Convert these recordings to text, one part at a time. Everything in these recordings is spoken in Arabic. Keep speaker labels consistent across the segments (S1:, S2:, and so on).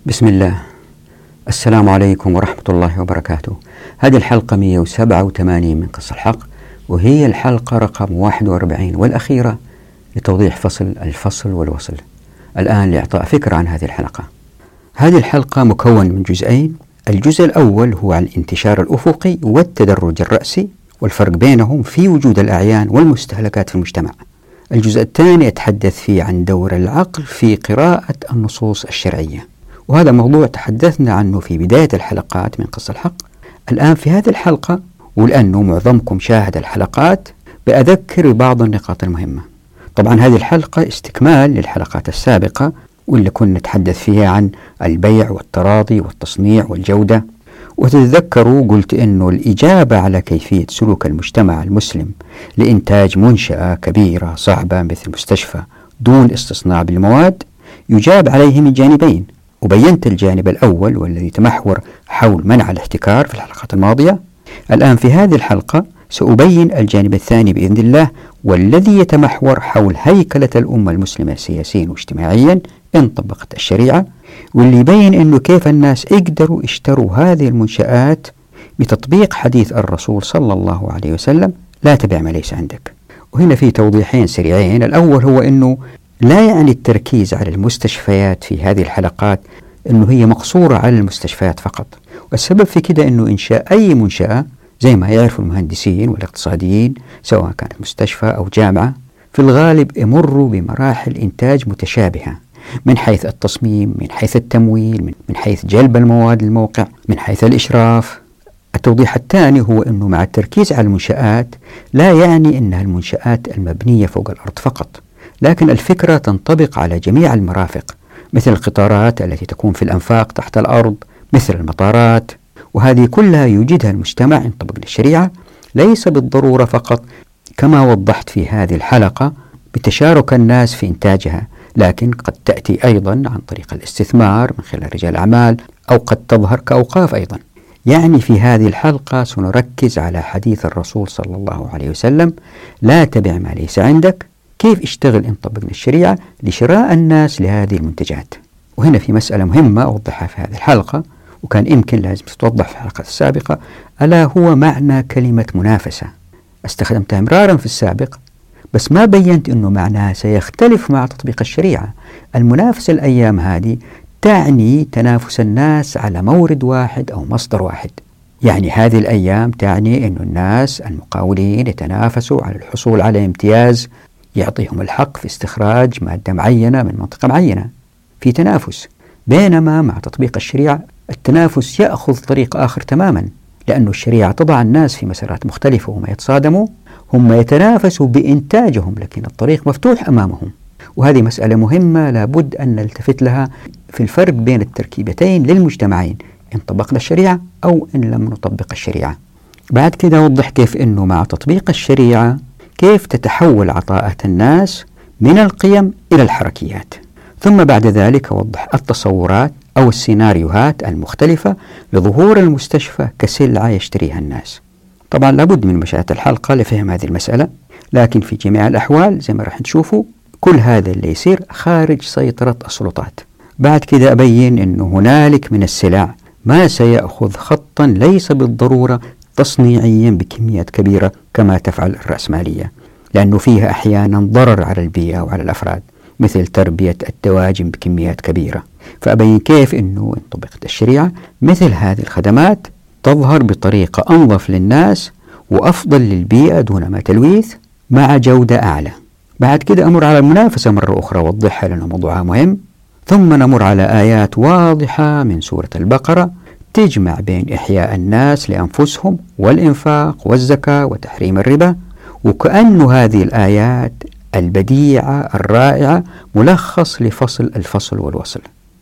S1: بسم الله. السلام عليكم ورحمة الله وبركاته. هذه الحلقة 187 من قص الحق، وهي الحلقة رقم 41 والأخيرة لتوضيح الفصل والوصل. الآن لإعطاء فكرة عن هذه الحلقة. هذه الحلقة مكون من جزئين. الجزء الأول هو عن الانتشار الأفقي والتدرج الرأسي والفرق بينهم في وجود الأعيان والمستهلكات في المجتمع. الجزء الثاني أتحدث فيه عن دور العقل في قراءة النصوص الشرعية، وهذا موضوع تحدثنا عنه في بداية الحلقات من قص الحق. الآن في هذه الحلقة، ولأنه معظمكم شاهد الحلقات، بأذكر بعض النقاط المهمة. طبعا هذه الحلقة استكمال للحلقات السابقة، واللي كنا نتحدث فيها عن البيع والتراضي والتصنيع والجودة. وتتذكروا قلت أنه الإجابة على كيفية سلوك المجتمع المسلم لإنتاج منشأة كبيرة صعبة مثل مستشفى دون استصناع بالمواد يجاب عليه من جانبين، وبينت الجانب الأول والذي تمحور حول منع الاحتكار في الحلقات الماضية. الآن في هذه الحلقة سأبين الجانب الثاني بإذن الله، والذي يتمحور حول هيكلة الأمة المسلمة سياسيا واجتماعيا إن طبقت الشريعة، واللي يبين أنه كيف الناس يقدروا يشتروا هذه المنشآت بتطبيق حديث الرسول صلى الله عليه وسلم: لا تبع ما ليس عندك. وهنا في توضيحين سريعين. الأول هو أنه لا يعني التركيز على المستشفيات في هذه الحلقات أنه هي مقصورة على المستشفيات فقط، والسبب في كده أنه إنشاء أي منشأة زي ما يعرف المهندسين والاقتصاديين، سواء كانت مستشفى أو جامعة، في الغالب يمروا بمراحل إنتاج متشابهة من حيث التصميم، من حيث التمويل، من حيث جلب المواد للموقع، من حيث الإشراف. التوضيح الثاني هو أنه مع التركيز على المنشآت لا يعني أنها المنشآت المبنية فوق الأرض فقط، لكن الفكرة تنطبق على جميع المرافق، مثل القطارات التي تكون في الأنفاق تحت الأرض، مثل المطارات، وهذه كلها يوجدها المجتمع إن طبقنا الشريعة، ليس بالضرورة فقط كما وضحت في هذه الحلقة بتشارك الناس في إنتاجها، لكن قد تأتي أيضا عن طريق الاستثمار من خلال رجال أعمال، أو قد تظهر كأوقاف أيضا. يعني في هذه الحلقة سنركز على حديث الرسول صلى الله عليه وسلم: لا تبع ما ليس عندك، كيف اشتغل إن طبقنا الشريعة لشراء الناس لهذه المنتجات. وهنا في مسألة مهمة أوضحها في هذه الحلقة، وكان يمكن لازم تتوضح في الحلقة السابقة، ألا هو معنى كلمة منافسة. استخدمتها مرارا في السابق، بس ما بينت أنه معناها سيختلف مع تطبيق الشريعة. المنافسة الأيام هذه تعني تنافس الناس على مورد واحد أو مصدر واحد. يعني هذه الأيام تعني أن الناس المقاولين يتنافسوا على الحصول على امتياز يعطيهم الحق في استخراج مادة معينة من منطقة معينة، في تنافس. بينما مع تطبيق الشريعة التنافس يأخذ طريق آخر تماما، لأن الشريعة تضع الناس في مسارات مختلفة وما يتصادموا، هم يتنافسوا بإنتاجهم لكن الطريق مفتوح أمامهم. وهذه مسألة مهمة لابد أن نلتفت لها في الفرق بين التركيبتين للمجتمعين، إن طبقنا الشريعة أو إن لم نطبق الشريعة. بعد كده أوضح كيف أنه مع تطبيق الشريعة كيف تتحول عطاءات الناس من القيم إلى الحركيات. ثم بعد ذلك أوضح التصورات أو السيناريوهات المختلفة لظهور المستشفى كسلعة يشتريها الناس. طبعا لابد من مشاهدة الحلقة لفهم هذه المسألة، لكن في جميع الأحوال زي ما راح نشوفوا كل هذا اللي يصير خارج سيطرة السلطات. بعد كده أبين أنه هنالك من السلع ما سيأخذ خطا ليس بالضرورة تصنيعيا بكميات كبيرة كما تفعل الرأسمالية، لأنه فيها أحيانا ضرر على البيئة وعلى الأفراد، مثل تربية الدواجن بكميات كبيرة. فأبين كيف أنه إن طبقت الشريعة مثل هذه الخدمات تظهر بطريقة أنظف للناس وأفضل للبيئة دون ما تلويث مع جودة أعلى. بعد كده أمر على المنافسة مرة أخرى وضحها لأنه موضوعها مهم. ثم نمر على آيات واضحة من سورة البقرة تجمع بين إحياء الناس لأنفسهم والإنفاق والزكاة وتحريم الربا، وكأن هذه الآيات البديعة الرائعة ملخص لفصل الفصل والوصل.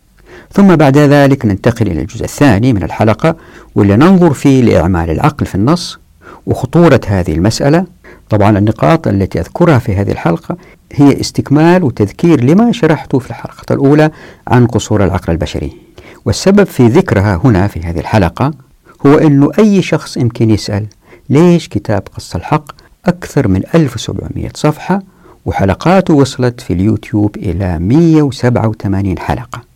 S1: ثم بعد ذلك ننتقل إلى الجزء الثاني من الحلقة، واللي ننظر فيه لإعمال العقل في النص وخطورة هذه المسألة. طبعا النقاط التي أذكرها في هذه الحلقة هي استكمال وتذكير لما شرحته في الحلقة الأولى عن قصور العقل البشري، والسبب في ذكرها هنا في هذه الحلقة هو أنه أي شخص يمكن يسأل: ليش كتاب قص الحق أكثر من 1700 صفحة وحلقاته وصلت في اليوتيوب إلى 187 حلقة؟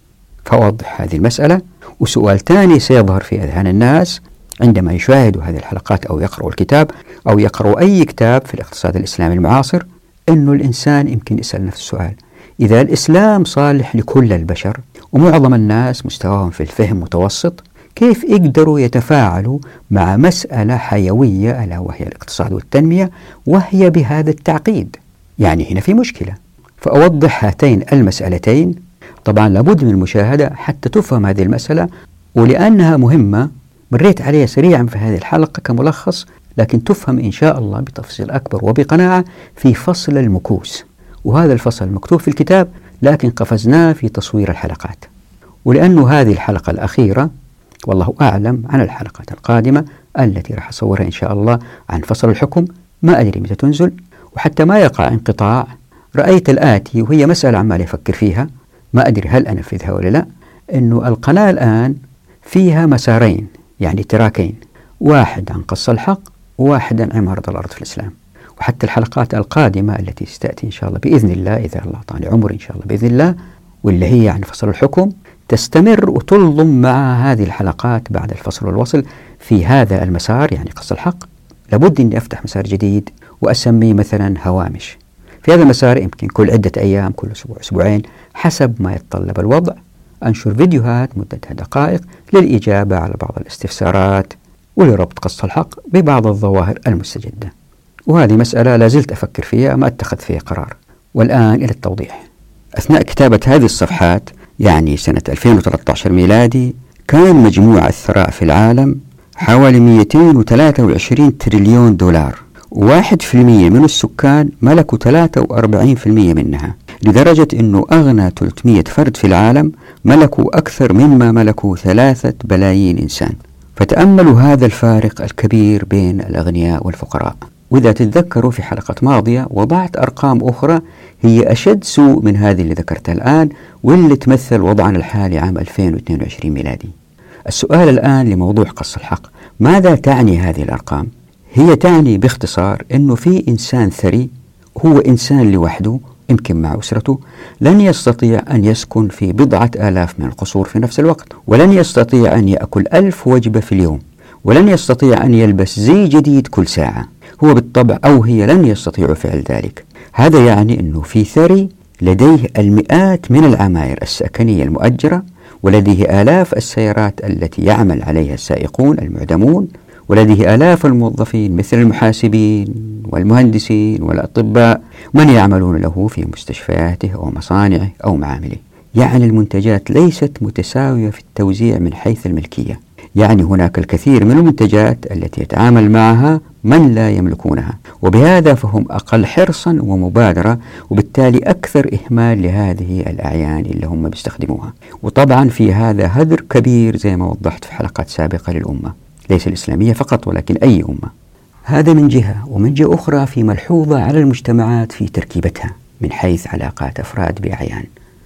S1: فأوضح هذه المسألة. وسؤال ثاني سيظهر في أذهان الناس عندما يشاهدوا هذه الحلقات أو يقرأوا الكتاب أو يقرأوا أي كتاب في الاقتصاد الإسلامي المعاصر، أنه الإنسان يمكن يسأل نفس السؤال: إذا الإسلام صالح لكل البشر ومعظم الناس مستواهم في الفهم متوسط، كيف يقدروا يتفاعلوا مع مسألة حيوية ألا وهي الاقتصاد والتنمية وهي بهذا التعقيد؟ يعني هنا في مشكلة. فأوضح هاتين المسألتين. طبعا لابد من المشاهدة حتى تفهم هذه المسألة، ولأنها مهمة مريت عليها سريعا في هذه الحلقة كملخص، لكن تفهم إن شاء الله بتفصيل أكبر وبقناعة في فصل المكوس. وهذا الفصل مكتوب في الكتاب لكن قفزناه في تصوير الحلقات. ولأنه هذه الحلقة الأخيرة والله أعلم عن الحلقة القادمة التي راح أصورها إن شاء الله عن فصل الحكم، ما أدري متى تنزل، وحتى ما يقع انقطاع رأيت الآتي وهي مسألة عمال أفكر فيها، ما أدري هل أنفذها ولا لا. أنه القناة الآن فيها مسارين، يعني تراكين، واحد عن قص الحق وواحد عن عمارة الأرض في الإسلام. وحتى الحلقات القادمة التي ستأتي إن شاء الله بإذن الله، إذا الله أعطاني عمر إن شاء الله بإذن الله، واللي هي عن فصل الحكم، تستمر وتنضم مع هذه الحلقات بعد الفصل والوصل في هذا المسار، يعني قص الحق. لابد أني أفتح مسار جديد وأسميه مثلا هوامش. في هذا المسار يمكن كل عدة أيام، كل أسبوع أسبوعين، حسب ما يتطلب الوضع، أنشر فيديوهات مدتها دقائق للإجابة على بعض الاستفسارات ولربط قص الحق ببعض الظواهر المستجدة. وهذه مسألة لازلت أفكر فيها، ما اتخذ فيها قرار. والآن إلى التوضيح. أثناء كتابة هذه الصفحات، يعني سنة 2013 ميلادي، كان مجموع الثراء في العالم حوالي 223 تريليون دولار، و1% من السكان ملكوا 43% منها، لدرجة أنه أغنى 300 فرد في العالم ملكوا أكثر مما ملكوا 3 بلايين إنسان. فتأملوا هذا الفارق الكبير بين الأغنياء والفقراء. وإذا تتذكروا في حلقة ماضية وضعت أرقام أخرى هي أشد سوء من هذه اللي ذكرتها الآن، واللي تمثل وضعنا الحالي عام 2022 ميلادي. السؤال الآن لموضوع قص الحق: ماذا تعني هذه الأرقام؟ هي تعني باختصار أنه في إنسان ثري، هو إنسان لوحده يمكن مع أسرته، لن يستطيع أن يسكن في 10,000 من القصور في نفس الوقت، ولن يستطيع أن يأكل 1000 وجبة في اليوم، ولن يستطيع أن يلبس زي جديد كل ساعة. هو بالطبع أو هي لن يستطيعوا فعل ذلك. هذا يعني أنه في ثري لديه المئات من العماير السكنية المؤجرة، ولديه آلاف السيارات التي يعمل عليها السائقون المعدمون، ولديه آلاف الموظفين مثل المحاسبين والمهندسين والأطباء، من يعملون له في مستشفياته أو مصانعه أو معامله. يعني المنتجات ليست متساوية في التوزيع من حيث الملكية، يعني هناك الكثير من المنتجات التي يتعامل معها من لا يملكونها، وبهذا فهم أقل حرصا ومبادرة، وبالتالي أكثر إهمال لهذه الأعيان اللي هم بيستخدموها. وطبعا في هذا هدر كبير زي ما وضحت في حلقات سابقة للأمة، ليس الإسلامية فقط ولكن أي أمة. هذا من جهة، ومن جهة أخرى في ملحوظة على المجتمعات في تركيبتها من حيث علاقات أفراد بأعيان،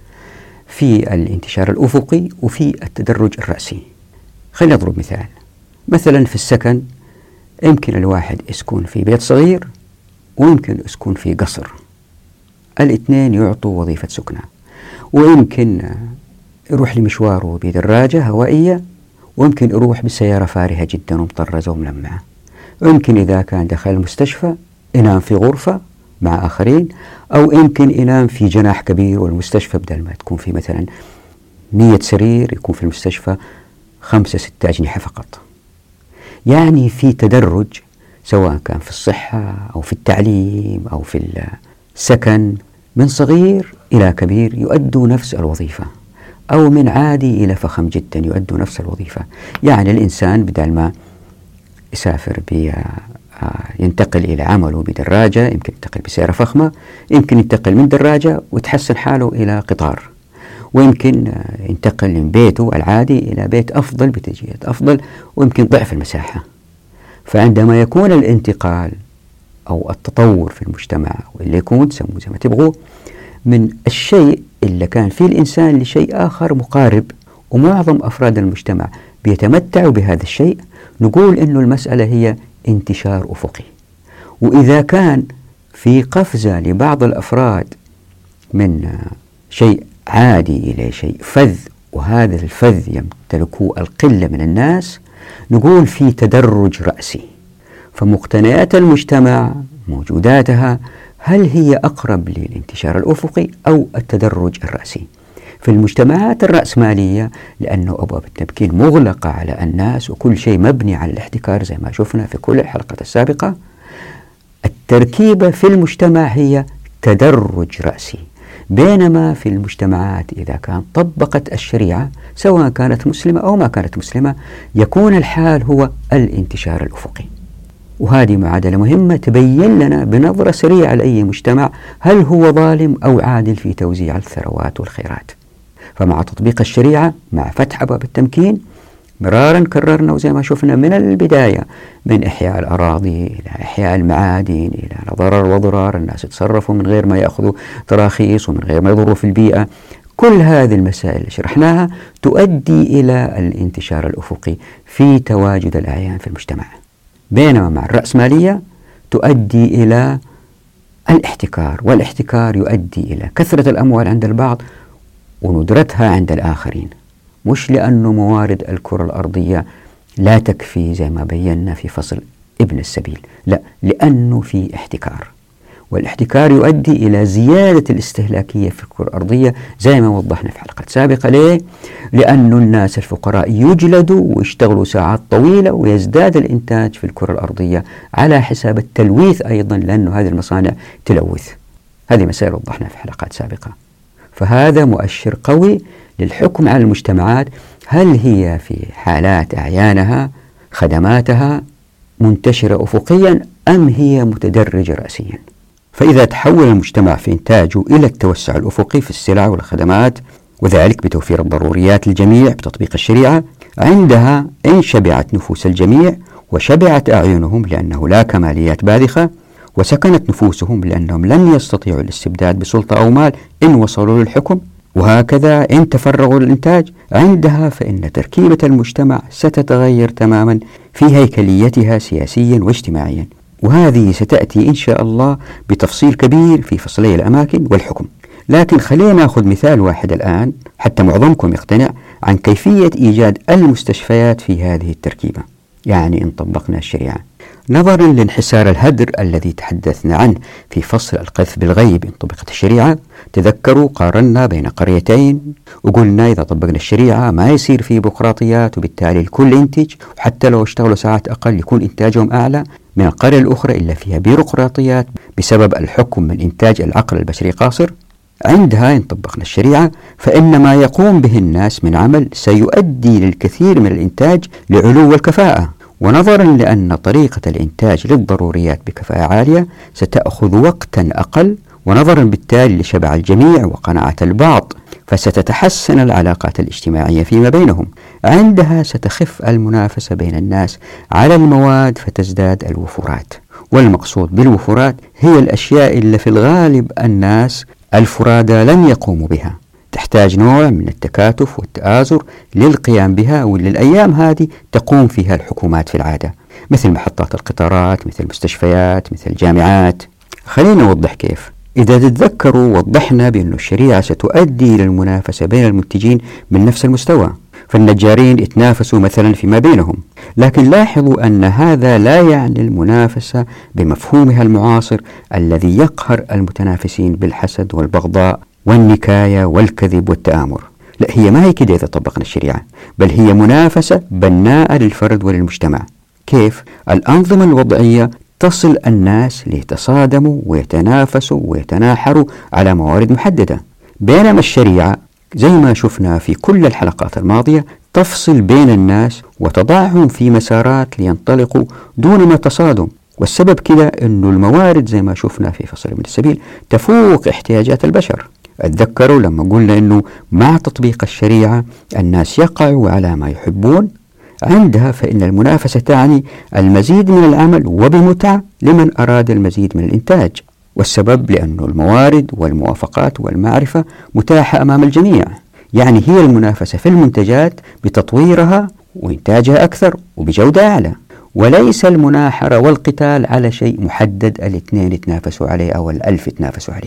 S1: في الانتشار الأفقي وفي التدرج الرأسي. خلينا نضرب مثال. مثلا في السكن يمكن الواحد يسكن في بيت صغير ويمكن يسكن في قصر، الاثنين يعطوا وظيفة سكنة، ويمكن يروح لمشواره بدراجة هوائية، ويمكن يروح بسيارة فارهة جدا ومطرزة وملمعة، ويمكن إذا كان دخل المستشفى ينام في غرفة مع آخرين، أو يمكن ينام في جناح كبير، والمستشفى بدل ما تكون في مثلا 100 سرير يكون في المستشفى 5-6 أجنحة فقط. يعني في تدرج سواء كان في الصحة أو في التعليم أو في السكن، من صغير إلى كبير يؤدوا نفس الوظيفة، أو من عادي إلى فخم جدا يؤدوا نفس الوظيفة. يعني الإنسان بدل ما يسافر ينتقل إلى عمله بدراجة، يمكن ينتقل بسيارة فخمة، يمكن ينتقل من دراجة ويتحسن حاله إلى قطار، ويمكن ينتقل من بيته العادي إلى بيت أفضل بتجهيزات أفضل، ويمكن ضعف المساحة. فعندما يكون الانتقال أو التطور في المجتمع، واللي يكون تسموه زي ما تبغوا، من الشيء اللي كان فيه الإنسان لشيء آخر مقارب، ومعظم أفراد المجتمع بيتمتعوا بهذا الشيء، نقول إنه المسألة هي انتشار أفقي. وإذا كان في قفزة لبعض الأفراد من شيء عادي إلى شيء فذ وهذا الفذ يمتلكه القلة من الناس، نقول في تدرج رأسي. فمقتنيات المجتمع موجوداتها هل هي أقرب للانتشار الأفقي أو التدرج الرأسي؟ في المجتمعات الرأسمالية لأنه أبواب التمكين مغلقة على الناس وكل شيء مبني على الاحتكار زي ما شفنا في كل الحلقات السابقة، التركيبة في المجتمع هي تدرج رأسي. بينما في المجتمعات إذا كان طبقت الشريعة سواء كانت مسلمة أو ما كانت مسلمة يكون الحال هو الانتشار الأفقي. وهذه معادلة مهمة تبين لنا بنظرة سريعة لأي مجتمع هل هو ظالم أو عادل في توزيع الثروات والخيرات. فمع تطبيق الشريعة مع فتح أبواب التمكين مرارا كررنا وزي ما شفنا من البداية من إحياء الأراضي إلى إحياء المعادن إلى ضرر وضرار، الناس يتصرفوا من غير ما يأخذوا تراخيص ومن غير ما يضروا في البيئة. كل هذه المسائل اللي شرحناها تؤدي إلى الانتشار الأفقي في تواجد الأعيان في المجتمع. بينما مع الرأسمالية تؤدي إلى الاحتكار، والاحتكار يؤدي إلى كثرة الأموال عند البعض وندرتها عند الآخرين، مش لأنه موارد الكرة الأرضية لا تكفي زي ما بينا في فصل ابن السبيل، لا، لأنه في احتكار، والاحتكار يؤدي إلى زيادة الاستهلاكية في الكرة الأرضية زي ما وضحنا في حلقة سابقة. ليه؟ لأن الناس الفقراء يجلدوا ويشتغلوا ساعات طويلة ويزداد الإنتاج في الكرة الأرضية على حساب التلويث أيضا، لأن هذه المصانع تلوث. هذه مسائل وضحنا في حلقات سابقة. فهذا مؤشر قوي للحكم على المجتمعات، هل هي في حالات أعيانها خدماتها منتشرة أفقيا أم هي متدرجة رأسيا. فإذا تحول المجتمع في إنتاجه إلى التوسع الأفقي في السلع والخدمات وذلك بتوفير الضروريات للجميع بتطبيق الشريعة، عندها إن شبعت نفوس الجميع وشبعت أعينهم لأنه لا كماليات باذخة، وسكنت نفوسهم لأنهم لن يستطيعوا الاستبداد بسلطة أو مال إن وصلوا للحكم، وهكذا إن تفرغوا للإنتاج، عندها فإن تركيبة المجتمع ستتغير تماما في هيكليتها سياسيا واجتماعيا. وهذه ستأتي إن شاء الله بتفصيل كبير في فصلي الأماكن والحكم. لكن خلينا نأخذ مثال واحد الآن حتى معظمكم يقتنع عن كيفية إيجاد المستشفيات في هذه التركيبة، يعني إن طبقنا الشريعة. نظرا لانحسار الهدر الذي تحدثنا عنه في فصل القذف بالغيب إن طبقت الشريعة، تذكروا قارنا بين قريتين وقلنا إذا طبقنا الشريعة ما يصير فيه بيروقراطيات وبالتالي الكل ينتج، وحتى لو اشتغلوا ساعات أقل يكون إنتاجهم أعلى من القرية الأخرى إلا فيها بيروقراطيات بسبب الحكم من إنتاج العقل البشري قاصر. عندها إن طبقنا الشريعة فإن ما يقوم به الناس من عمل سيؤدي للكثير من الإنتاج لعلو الكفاءة، ونظرا لأن طريقة الإنتاج للضروريات بكفاءة عالية ستأخذ وقتا أقل، ونظرا بالتالي لشبع الجميع وقناعة البعض، فستتحسن العلاقات الاجتماعية فيما بينهم. عندها ستخف المنافسة بين الناس على المواد فتزداد الوفرات، والمقصود بالوفرات هي الأشياء اللي في الغالب الناس الفرادى لن يقوموا بها، تحتاج نوع من التكاتف والتآزر للقيام بها، واللي الأيام هذه تقوم فيها الحكومات في العادة، مثل محطات القطارات، مثل المستشفيات، مثل الجامعات. خلينا نوضح كيف. إذا تتذكروا وضحنا بأن الشريعة ستؤدي إلى المنافسة بين المنتجين من نفس المستوى، فالنجارين يتنافسوا مثلا فيما بينهم، لكن لاحظوا أن هذا لا يعني المنافسة بمفهومها المعاصر الذي يقهر المتنافسين بالحسد والبغضاء والنكاية والكذب والتآمر. لا، هي ما هي كده إذا طبقنا الشريعة، بل هي منافسة بناءة للفرد وللمجتمع. كيف؟ الأنظمة الوضعية تصل الناس ليتصادموا ويتنافسوا ويتناحروا على موارد محددة، بينما الشريعة زي ما شفنا في كل الحلقات الماضية تفصل بين الناس وتضعهم في مسارات لينطلقوا دون ما تصادم. والسبب كده أنه الموارد زي ما شفنا في فصل ابن السبيل تفوق احتياجات البشر. اتذكروا لما قلنا أنه مع تطبيق الشريعة الناس يقعوا على ما يحبون، عندها فإن المنافسة تعني المزيد من العمل وبمتعة لمن أراد المزيد من الإنتاج، والسبب لأن الموارد والموافقات والمعرفة متاحة أمام الجميع. يعني هي المنافسة في المنتجات بتطويرها وإنتاجها أكثر وبجودة أعلى، وليس المناحرة والقتال على شيء محدد الاثنين يتنافسوا عليه أو 1000 يتنافسوا عليه.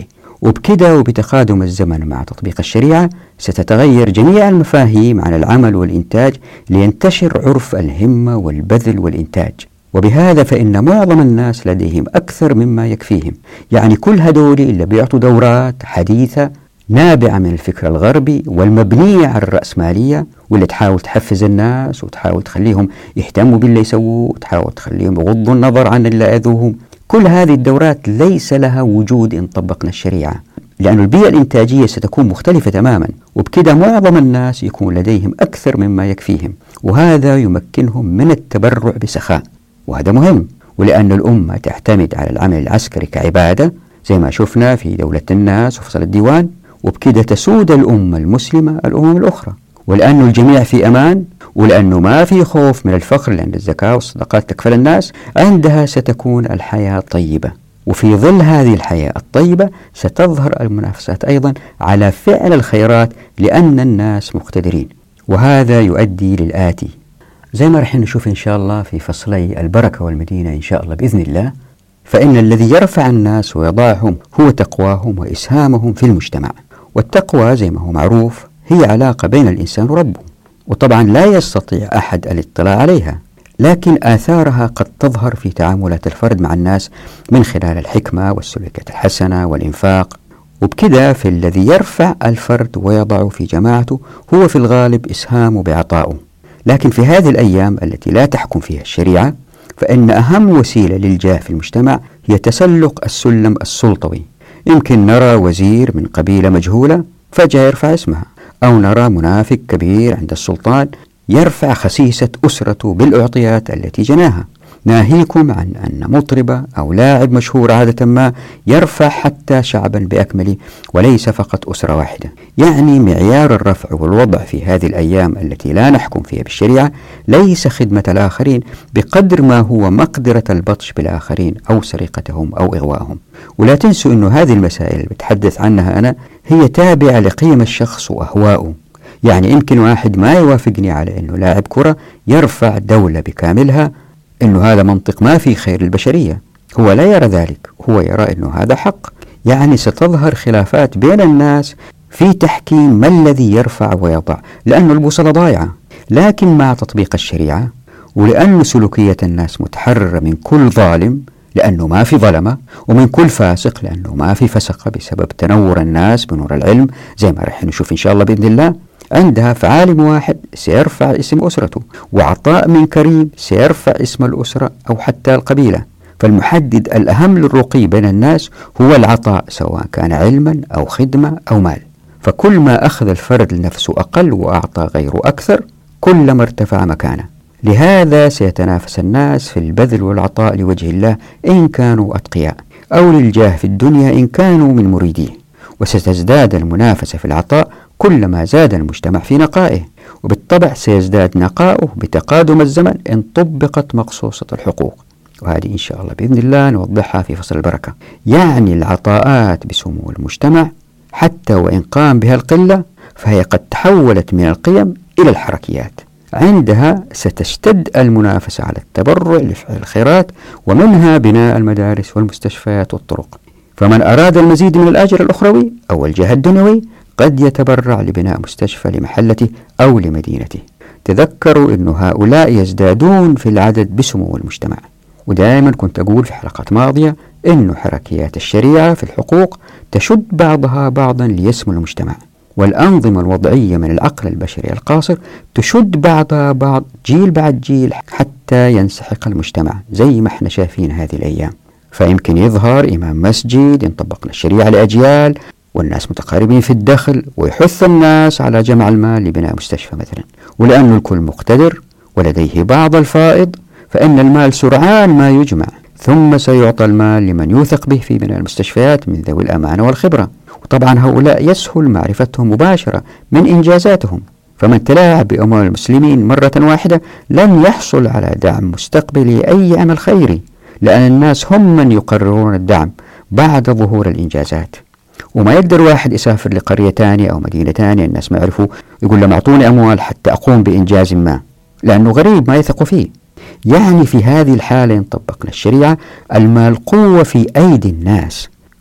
S1: وبكده وبتقادم الزمن مع تطبيق الشريعة ستتغير جميع المفاهيم عن العمل والإنتاج لينتشر عرف الهمة والبذل والإنتاج. وبهذا فإن معظم الناس لديهم أكثر مما يكفيهم، يعني كل هدول اللي بيعطوا دورات حديثة نابعة من الفكر الغربي والمبنية على الرأسمالية، واللي تحاول تحفز الناس وتحاول تخليهم يهتموا باللي يسووه وتحاول تخليهم يغضوا النظر عن اللي أذوهم. كل هذه الدورات ليس لها وجود إن طبقنا الشريعة، لأن البيئة الإنتاجية ستكون مختلفة تماما، وبكده معظم الناس يكون لديهم أكثر مما يكفيهم، وهذا يمكنهم من التبرع بسخاء. وهذا مهم، ولأن الأمة تعتمد على العمل العسكري كعبادة زي ما شفنا في دولة الناس وفصل الديوان، وبكده تسود الأمة المسلمة الأمم الأخرى، ولأن الجميع في أمان، ولأنه ما في خوف من الفقر لأن الزكاة والصدقات تكفل الناس، عندها ستكون الحياة طيبة. وفي ظل هذه الحياة الطيبة ستظهر المنافسات أيضا على فعل الخيرات لأن الناس مقتدرين. وهذا يؤدي للآتي زي ما رح نشوف إن شاء الله في فصلي البركة والمدينة إن شاء الله بإذن الله. فإن الذي يرفع الناس ويضعهم هو تقواهم وإسهامهم في المجتمع. والتقوى زي ما هو معروف هي علاقة بين الإنسان وربه، وطبعا لا يستطيع أحد الاطلاع عليها، لكن آثارها قد تظهر في تعاملات الفرد مع الناس من خلال الحكمة والسلوكيات الحسنة والإنفاق. وبكده في الذي يرفع الفرد ويضعه في جماعته هو في الغالب إسهامه بعطائه. لكن في هذه الأيام التي لا تحكم فيها الشريعة، فإن أهم وسيلة للجاه في المجتمع هي تسلق السلم السلطوي. يمكن نرى وزير من قبيلة مجهولة فجأة يرفع اسمها، أو نرى منافق كبير عند السلطان يرفع خسيسة أسرته بالأعطيات التي جناها، ناهيكم عن أن مطربة أو لاعب مشهور عادة ما يرفع حتى شعبا بأكمله وليس فقط أسرة واحدة. يعني معيار الرفع والوضع في هذه الأيام التي لا نحكم فيها بالشريعة ليس خدمة الآخرين بقدر ما هو مقدرة البطش بالآخرين أو سرقتهم أو إغواءهم. ولا تنسوا أن هذه المسائل اللي بتحدث عنها أنا هي تابعة لقيم الشخص وأهواؤه. يعني يمكن واحد ما يوافقني على أنه لاعب كرة يرفع دولة بكاملها، أنه هذا منطق ما في خير البشرية، هو لا يرى ذلك، هو يرى أنه هذا حق. يعني ستظهر خلافات بين الناس في تحكيم ما الذي يرفع ويضع، لأن البوصلة ضايعة. لكن مع تطبيق الشريعة، ولأن سلوكية الناس متحررة من كل ظالم لأنه ما في ظلمة، ومن كل فاسق لأنه ما في فسقة بسبب تنور الناس بنور العلم زي ما رح نشوف إن شاء الله بإذن الله، عندها فعالم واحد سيرفع اسم أسرته، وعطاء من كريم سيرفع اسم الأسرة أو حتى القبيلة. فالمحدد الأهم للرقي بين الناس هو العطاء، سواء كان علما أو خدمة أو مال. فكل ما أخذ الفرد لنفسه أقل وأعطى غيره أكثر كلما ارتفع مكانه. لهذا سيتنافس الناس في البذل والعطاء لوجه الله إن كانوا أتقياء، أو للجاه في الدنيا إن كانوا من مريديه. وستزداد المنافسة في العطاء كلما زاد المجتمع في نقائه، وبالطبع سيزداد نقاؤه بتقادم الزمن إن طبقت مقصوصة الحقوق. وهذه إن شاء الله بإذن الله نوضحها في فصل البركة. يعني العطاءات بسمو المجتمع حتى وإن قام بها القلة فهي قد تحولت من القيم إلى الحركيات. عندها ستشتد المنافسة على التبرع لفعل الخيرات، ومنها بناء المدارس والمستشفيات والطرق. فمن أراد المزيد من الأجر الأخروي أو الجاه الدنيوي قد يتبرع لبناء مستشفى لمحلته أو لمدينته. تذكروا أن هؤلاء يزدادون في العدد بسمو المجتمع. ودائما كنت أقول في حلقات ماضية أن حركيات الشريعة في الحقوق تشد بعضها بعضا ليسمو المجتمع، والأنظمة الوضعية من العقل البشري القاصر تشد بعضها بعض جيل بعد جيل حتى ينسحق المجتمع زي ما احنا شايفين هذه الأيام. فيمكن يظهر إمام مسجد إن طبقنا الشريعة لأجيال والناس متقاربين في الدخل ويحث الناس على جمع المال لبناء مستشفى مثلا، ولأن الكل مقتدر ولديه بعض الفائض فإن المال سرعان ما يجمع، ثم سيعطى المال لمن يوثق به في بناء المستشفيات من ذوي الأمانة والخبرة. وطبعا هؤلاء يسهل معرفتهم مباشرة من إنجازاتهم. فمن تلاعب بأموال المسلمين مرة واحدة لن يحصل على دعم مستقبلي أي عمل خيري، لأن الناس هم من يقررون الدعم بعد ظهور الإنجازات. وما يقدر واحد يسافر لقرية تانية أو مدينة تانية الناس ما يعرفوا يقول لهم أعطوني أموال حتى أقوم بإنجاز ما، لأنه غريب ما يثقوا فيه. يعني في هذه الحالة إن طبقنا الشريعة المال قوة في أيدي الناس،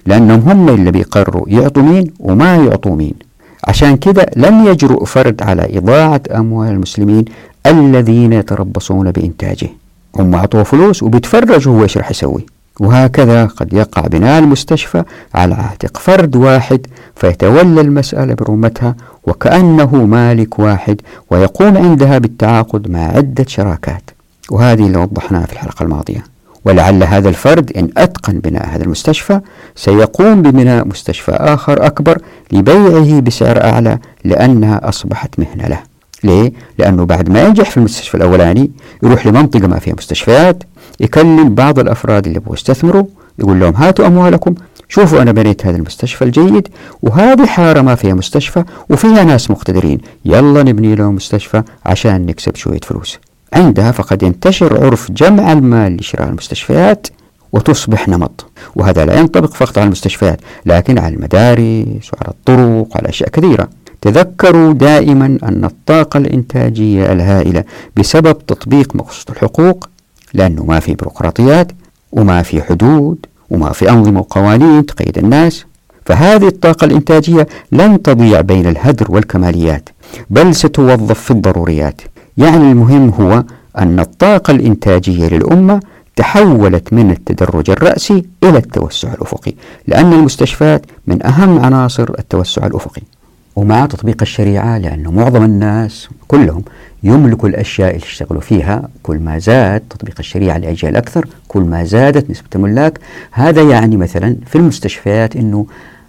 S1: لأنهم هم اللي بيقرروا يعطوا مين وما يعطوا مين. عشان كده لن يجرؤ فرد على إضاعة أموال المسلمين الذين يتربصون بإنتاجه. هم عطوه فلوس وبيتفرجوا هو إيش رح يسوي. وهكذا قد يقع بناء المستشفى على عاتق فرد واحد فيتولى المسألة برمتها وكأنه مالك واحد، ويقوم عندها بالتعاقد مع عدة شراكات، وهذه اللي وضحناها في الحلقة الماضية. ولعل هذا الفرد إن أتقن بناء هذا المستشفى سيقوم ببناء مستشفى آخر أكبر لبيعه بسعر أعلى، لأنها أصبحت مهنة له. ليه؟ لأنه بعد ما ينجح في المستشفى الأولاني يروح لمنطقة ما فيها مستشفيات، يكلم بعض الأفراد اللي يبغوا يستثمروا، يقول لهم هاتوا أموالكم، شوفوا أنا بنيت هذا المستشفى الجيد، وهذه حارة ما فيها مستشفى وفيها ناس مقتدرين، يلا نبني لهم مستشفى عشان نكسب شوية فلوس. عندها فقد ينتشر عرف جمع المال لشراء المستشفيات وتصبح نمط. وهذا لا ينطبق فقط على المستشفيات لكن على المدارس وعلى الطرق وعلى أشياء كثيرة. تذكروا دائما أن الطاقة الإنتاجية الهائلة بسبب تطبيق مقصود الحقوق، لأنه ما في بيروقراطيات وما في حدود وما في أنظمة وقوانين تقيد الناس، فهذه الطاقة الإنتاجية لن تضيع بين الهدر والكماليات، بل ستوظف في الضروريات. يعني المهم هو أن الطاقة الإنتاجية للأمة تحولت من التدرج الرأسي إلى التوسع الأفقي، لأن المستشفيات من أهم عناصر التوسع الأفقي. ومع تطبيق الشريعة، لأنه معظم الناس كلهم يملكوا الأشياء اللي يشتغلوا فيها، كل ما زاد تطبيق الشريعة لأجيال أكثر كل ما زادت نسبة الملاك. هذا يعني مثلا في المستشفيات أنه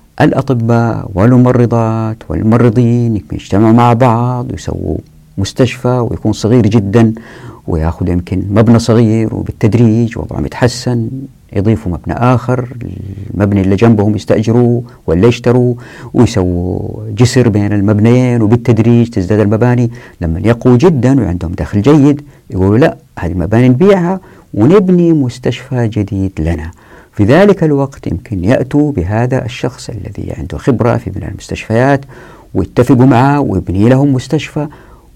S1: الأطباء والممرضات والممرضين يجتمعوا مع بعض ويسووا مستشفى، ويكون صغير جدا ويأخذ يمكن مبنى صغير، وبالتدريج وضعهم يتحسن يضيفوا مبنى آخر، المبنى اللي جنبهم يستأجروه ولا يشتروا ويسووا جسر بين المبنيين، وبالتدريج تزداد المباني. لما يقووا جدا وعندهم دخل جيد يقولوا لا، هذه المباني نبيعها ونبني مستشفى جديد لنا. في ذلك الوقت يمكن يأتوا بهذا الشخص الذي عنده خبرة في بناء المستشفيات ويتفقوا معه ويبني لهم مستشفى،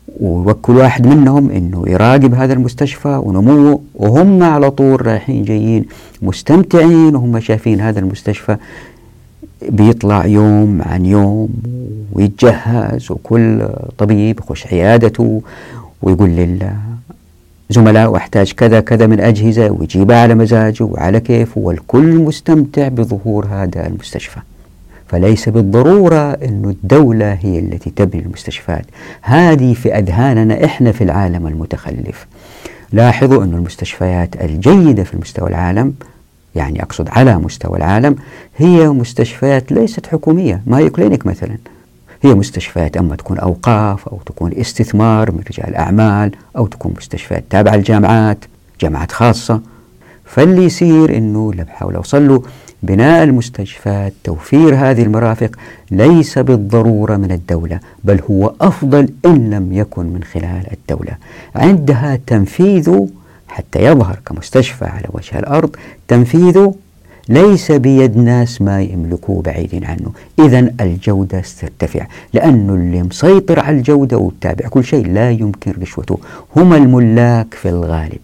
S1: ويوكل واحد منهم انه يراقب هذا المستشفى ونموه، وهم على طول رايحين جايين مستمتعين وهم شايفين هذا المستشفى بيطلع يوم عن يوم ويتجهز، وكل طبيب يخش عيادته ويقول للزملاء احتاج كذا كذا من أجهزة ويجيبها على مزاجه وعلى كيفه، والكل مستمتع بظهور هذا المستشفى. فليس بالضرورة أن الدولة هي التي تبني المستشفيات، هذه في أذهاننا إحنا في العالم المتخلف. لاحظوا أن المستشفيات الجيدة في مستوى العالم، يعني أقصد على مستوى العالم، هي مستشفيات ليست حكومية، مايو كلينيك مثلا، هي مستشفيات أما تكون أوقاف أو تكون استثمار من رجال أعمال أو تكون مستشفيات تابعة للجامعات، جامعات خاصة. فاللي يصير أنه اللي بحاول أوصل له بناء المستشفيات، توفير هذه المرافق ليس بالضرورة من الدولة، بل هو أفضل إن لم يكن من خلال الدولة. عندها تنفيذه حتى يظهر كمستشفى على وجه الأرض، تنفيذه ليس بيد ناس ما يملكوه بعيدين عنه، إذن الجودة سترتفع، لأنه اللي مسيطر على الجودة وتابع كل شيء لا يمكن رشوته، هم الملاك في الغالب،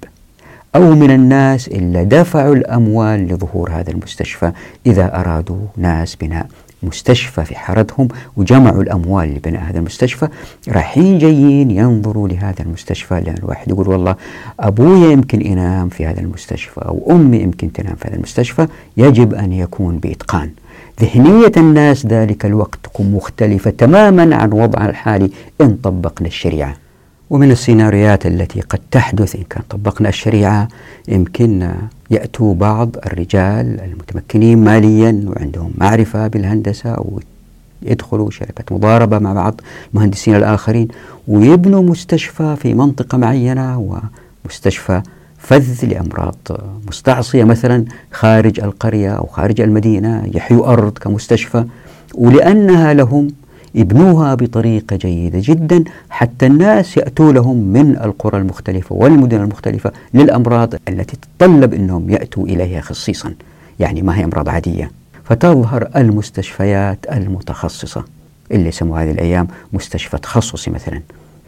S1: أو من الناس اللي دفعوا الأموال لظهور هذا المستشفى. إذا أرادوا ناس بناء مستشفى في حارتهم وجمعوا الأموال لبناء هذا المستشفى، رايحين جايين ينظروا لهذا المستشفى، لأن الواحد يقول والله أبويا يمكن ينام في هذا المستشفى أو أمي يمكن تنام في هذا المستشفى، يجب أن يكون بإتقان. ذهنية الناس ذلك الوقت تكون مختلفة تماما عن وضعنا الحالي إن طبقنا الشريعة. ومن السيناريوهات التي قد تحدث إن كان طبقنا الشريعة، يمكن يأتوا بعض الرجال المتمكنين ماليا وعندهم معرفة بالهندسة أو يدخلوا شركة مضاربة مع بعض المهندسين الآخرين ويبنوا مستشفى في منطقة معينة، ومستشفى فذ لأمراض مستعصية مثلا خارج القرية أو خارج المدينة، يحيوا أرض كمستشفى، ولأنها لهم يبنوها بطريقة جيدة جدا حتى الناس يأتوا لهم من القرى المختلفة والمدن المختلفة للأمراض التي تتطلب أنهم يأتوا إليها خصيصا، يعني ما هي أمراض عادية. فتظهر المستشفيات المتخصصة اللي يسموها هذه الأيام مستشفى تخصصي مثلا،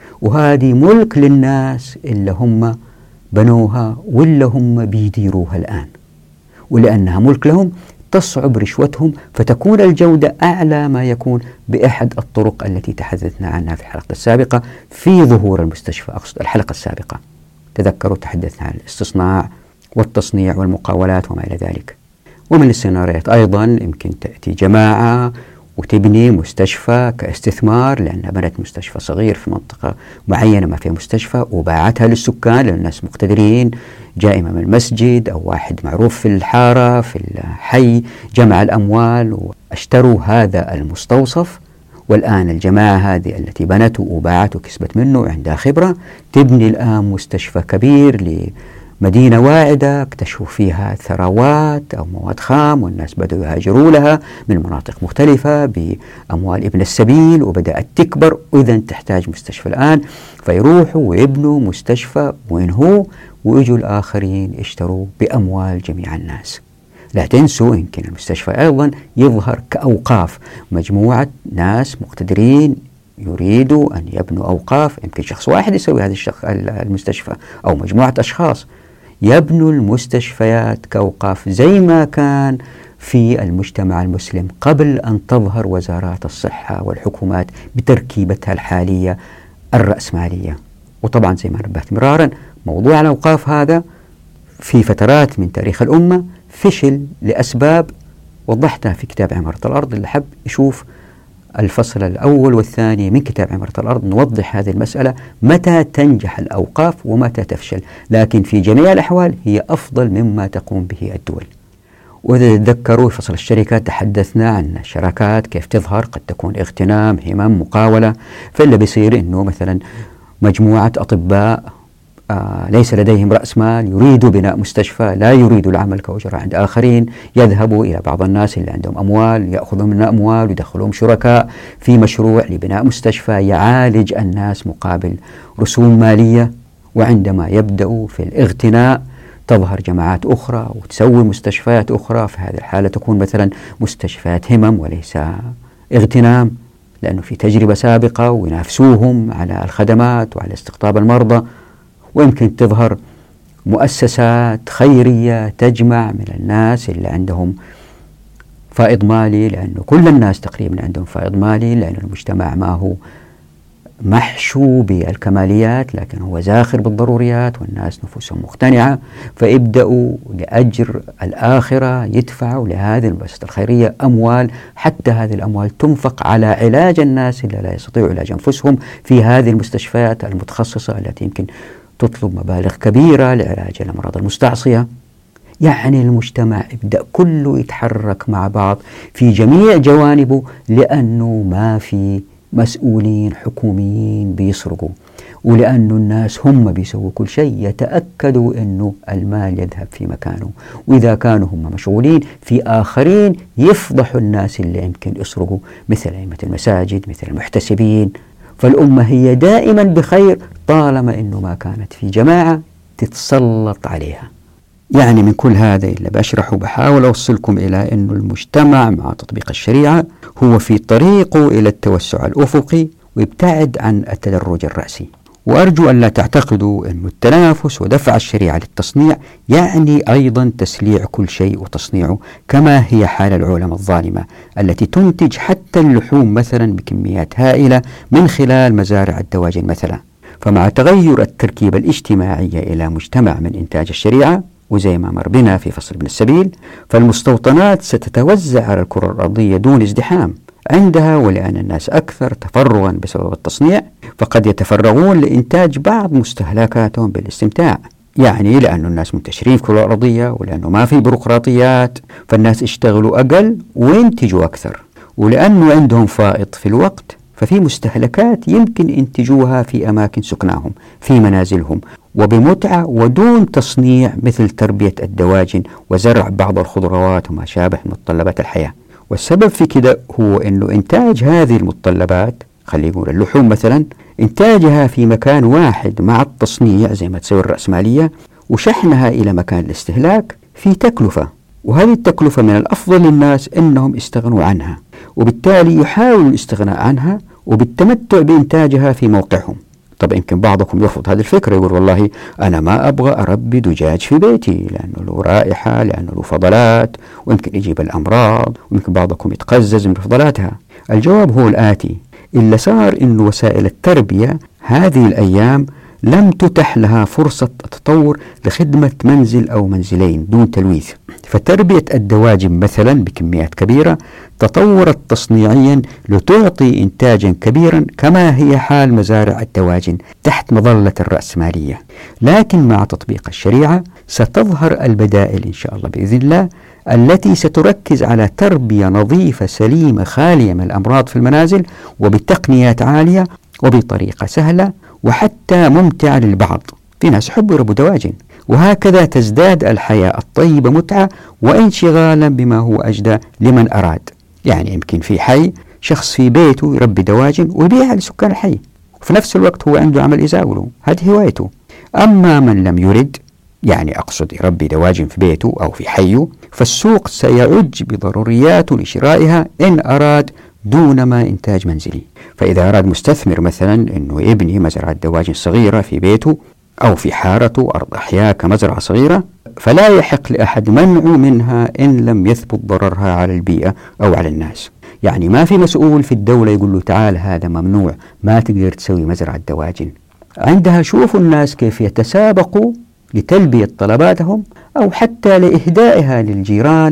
S1: وهذه ملك للناس اللي هم بنوها واللي هم بيديروها الآن، ولأنها ملك لهم تصعب رشوتهم، فتكون الجودة أعلى ما يكون بأحد الطرق التي تحدثنا عنها في الحلقة السابقة في ظهور المستشفى. أقصد الحلقة السابقة، تذكروا تحدثنا عن الاستصناع والتصنيع والمقاولات وما إلى ذلك. ومن السيناريوهات أيضا يمكن تأتي جماعة وتبني مستشفى كاستثمار، لأنها بنت مستشفى صغير في منطقة معينة ما فيها مستشفى وباعتها للسكان، لأن الناس مقتدرين، جاء إمام المسجد أو واحد معروف في الحارة في الحي جمع الأموال واشتروا هذا المستوصف. والآن الجماعة هذه التي بنته وباعته وكسبت منه عندها خبرة، تبني الآن مستشفى كبير لمدينة واعدة اكتشفوا فيها ثروات أو مواد خام، والناس بدأوا يهاجروا لها من مناطق مختلفة بأموال ابن السبيل وبدأت تكبر، وإذا تحتاج مستشفى الآن، فيروحوا ويبنوا مستشفى وينهوا، ويجوا الآخرين يشتروا بأموال جميع الناس. لا تنسوا يمكن المستشفى أيضا يظهر كأوقاف، مجموعة ناس مقتدرين يريدوا أن يبنوا أوقاف، يمكن شخص واحد يسوي هذا المستشفى أو مجموعة أشخاص يبنوا المستشفيات كأوقاف زي ما كان في المجتمع المسلم قبل أن تظهر وزارات الصحة والحكومات بتركيبتها الحالية الرأسمالية. وطبعا زي ما نبهت مرارا، موضوع الأوقاف هذا في فترات من تاريخ الأمة فشل لأسباب وضحتها في كتاب عمارة الأرض. اللي حب يشوف الفصل الأول والثاني من كتاب عمارة الأرض نوضح هذه المسألة، متى تنجح الأوقاف ومتى تفشل، لكن في جميع الأحوال هي أفضل مما تقوم به الدول. وإذا تذكروا في فصل الشركات تحدثنا عن الشراكات كيف تظهر، قد تكون اغتنام، همم، مقاولة. فاللي بيصير إنه مثلا مجموعة أطباء ليس لديهم رأس مال يريدوا بناء مستشفى، لا يريدوا العمل كأجراء عند آخرين، يذهبوا إلى بعض الناس اللي عندهم أموال يأخذون منها أموال ويدخلون شركاء في مشروع لبناء مستشفى يعالج الناس مقابل رسوم مالية. وعندما يبدأوا في الاغتناء تظهر جماعات أخرى وتسوي مستشفيات أخرى، في هذه الحالة تكون مثلا مستشفيات همم وليس اغتنام، لأنه في تجربة سابقة وينافسوهم على الخدمات وعلى استقطاب المرضى. ويمكن تظهر مؤسسات خيرية تجمع من الناس اللي عندهم فائض مالي، لأنه كل الناس تقريبا عندهم فائض مالي، لأن المجتمع ما هو محشو بالكماليات لكن هو زاخر بالضروريات، والناس نفوسهم مقتنعة، فيبدأوا لأجر الآخرة يدفعوا لهذه المؤسسات الخيرية أموال، حتى هذه الأموال تنفق على علاج الناس اللي لا يستطيعوا علاج أنفسهم في هذه المستشفيات المتخصصة التي يمكن تطلب مبالغ كبيرة لعلاج الأمراض المستعصية. يعني المجتمع يبدأ كله يتحرك مع بعض في جميع جوانبه، لأنه ما في مسؤولين حكوميين بيسرقوا، ولأنه الناس هم بيسووا كل شيء، يتأكدوا أنه المال يذهب في مكانه، وإذا كانوا هم مشغولين في آخرين يفضحوا الناس اللي يمكن يسرقوا، مثل أئمة المساجد، مثل المحتسبين. فالأمة هي دائما بخير طالما أنه ما كانت في جماعة تتسلط عليها. يعني من كل هذا اللي بشرحه بحاول أوصلكم إلى أنه المجتمع مع تطبيق الشريعة هو في طريقه إلى التوسع الأفقي ويبتعد عن التدرج الرأسي. وأرجو أن لا تعتقدوا أن التنافس ودفع الشريعة للتصنيع يعني أيضا تسليع كل شيء وتصنيعه، كما هي حال العولمة الظالمة التي تنتج حتى اللحوم مثلا بكميات هائلة من خلال مزارع الدواجن مثلا. فمع تغير التركيبة الاجتماعية إلى مجتمع من إنتاج الشريعة، وزي ما مر بنا في فصل ابن السبيل، فالمستوطنات ستتوزع على الكرة الأرضية دون ازدحام عندها، ولأن الناس أكثر تفرغا بسبب التصنيع فقد يتفرغون لإنتاج بعض مستهلكاتهم بالاستمتاع. يعني لأن الناس منتشرين في الكرة الأرضية ولأنه ما في بيروقراطيات، فالناس يشتغلوا أقل وينتجوا أكثر، ولأنه عندهم فائض في الوقت ففي مستهلكات يمكن ينتجوها في أماكن سكناهم في منازلهم وبمتعة ودون تصنيع، مثل تربية الدواجن وزرع بعض الخضروات وما شابه متطلبات الحياة. والسبب في كده هو أنه إنتاج هذه المتطلبات، خلينا نقول اللحوم مثلا، إنتاجها في مكان واحد مع التصنيع زي ما تسوي الرأسمالية وشحنها إلى مكان الاستهلاك في تكلفة، وهذه التكلفة من الأفضل للناس أنهم يستغنوا عنها، وبالتالي يحاولوا الاستغناء عنها وبالتمتع بإنتاجها في موقعهم. طب يمكن بعضكم يرفض هذه الفكرة، يقول والله أنا ما أبغى أربي دجاج في بيتي لأنه له رائحة، لأنه له فضلات، ويمكن يجيب الأمراض، ويمكن بعضكم يتقزز من فضلاتها. الجواب هو الآتي: إلا صار إنه وسائل التربية هذه الأيام لم تتح لها فرصة التطور لخدمة منزل أو منزلين دون تلويث، فتربية الدواجن مثلا بكميات كبيرة تطورت تصنيعيا لتعطي إنتاجا كبيرا كما هي حال مزارع الدواجن تحت مظلة الرأسمالية. لكن مع تطبيق الشريعة ستظهر البدائل إن شاء الله بإذن الله التي ستركز على تربية نظيفة سليمة خالية من الأمراض في المنازل وبتقنيات عالية وبطريقة سهلة وحتى ممتعة للبعض. في ناس يحبوا يربوا دواجن، وهكذا تزداد الحياة الطيبة متعة وانشغالا بما هو أجدى لمن أراد. يعني يمكن في حي شخص في بيته يربي دواجن ويبيعها لسكان الحي، وفي نفس الوقت هو عنده عمل يزاوله، هذه هوايته. أما من لم يرد، يعني أقصد يربي دواجن في بيته أو في حيه، فالسوق سيعج بضرورياته لشرائها إن أراد دون ما إنتاج منزلي. فإذا أراد مستثمر مثلا أنه يبني مزرعة دواجن صغيرة في بيته أو في حارته أرض أحياء كمزرعة صغيرة، فلا يحق لأحد منعه منها إن لم يثبت ضررها على البيئة أو على الناس. يعني ما في مسؤول في الدولة يقول له تعال هذا ممنوع، ما تقدر تسوي مزرعة دواجن. عندها شوفوا الناس كيف يتسابقوا لتلبية طلباتهم أو حتى لإهدائها للجيران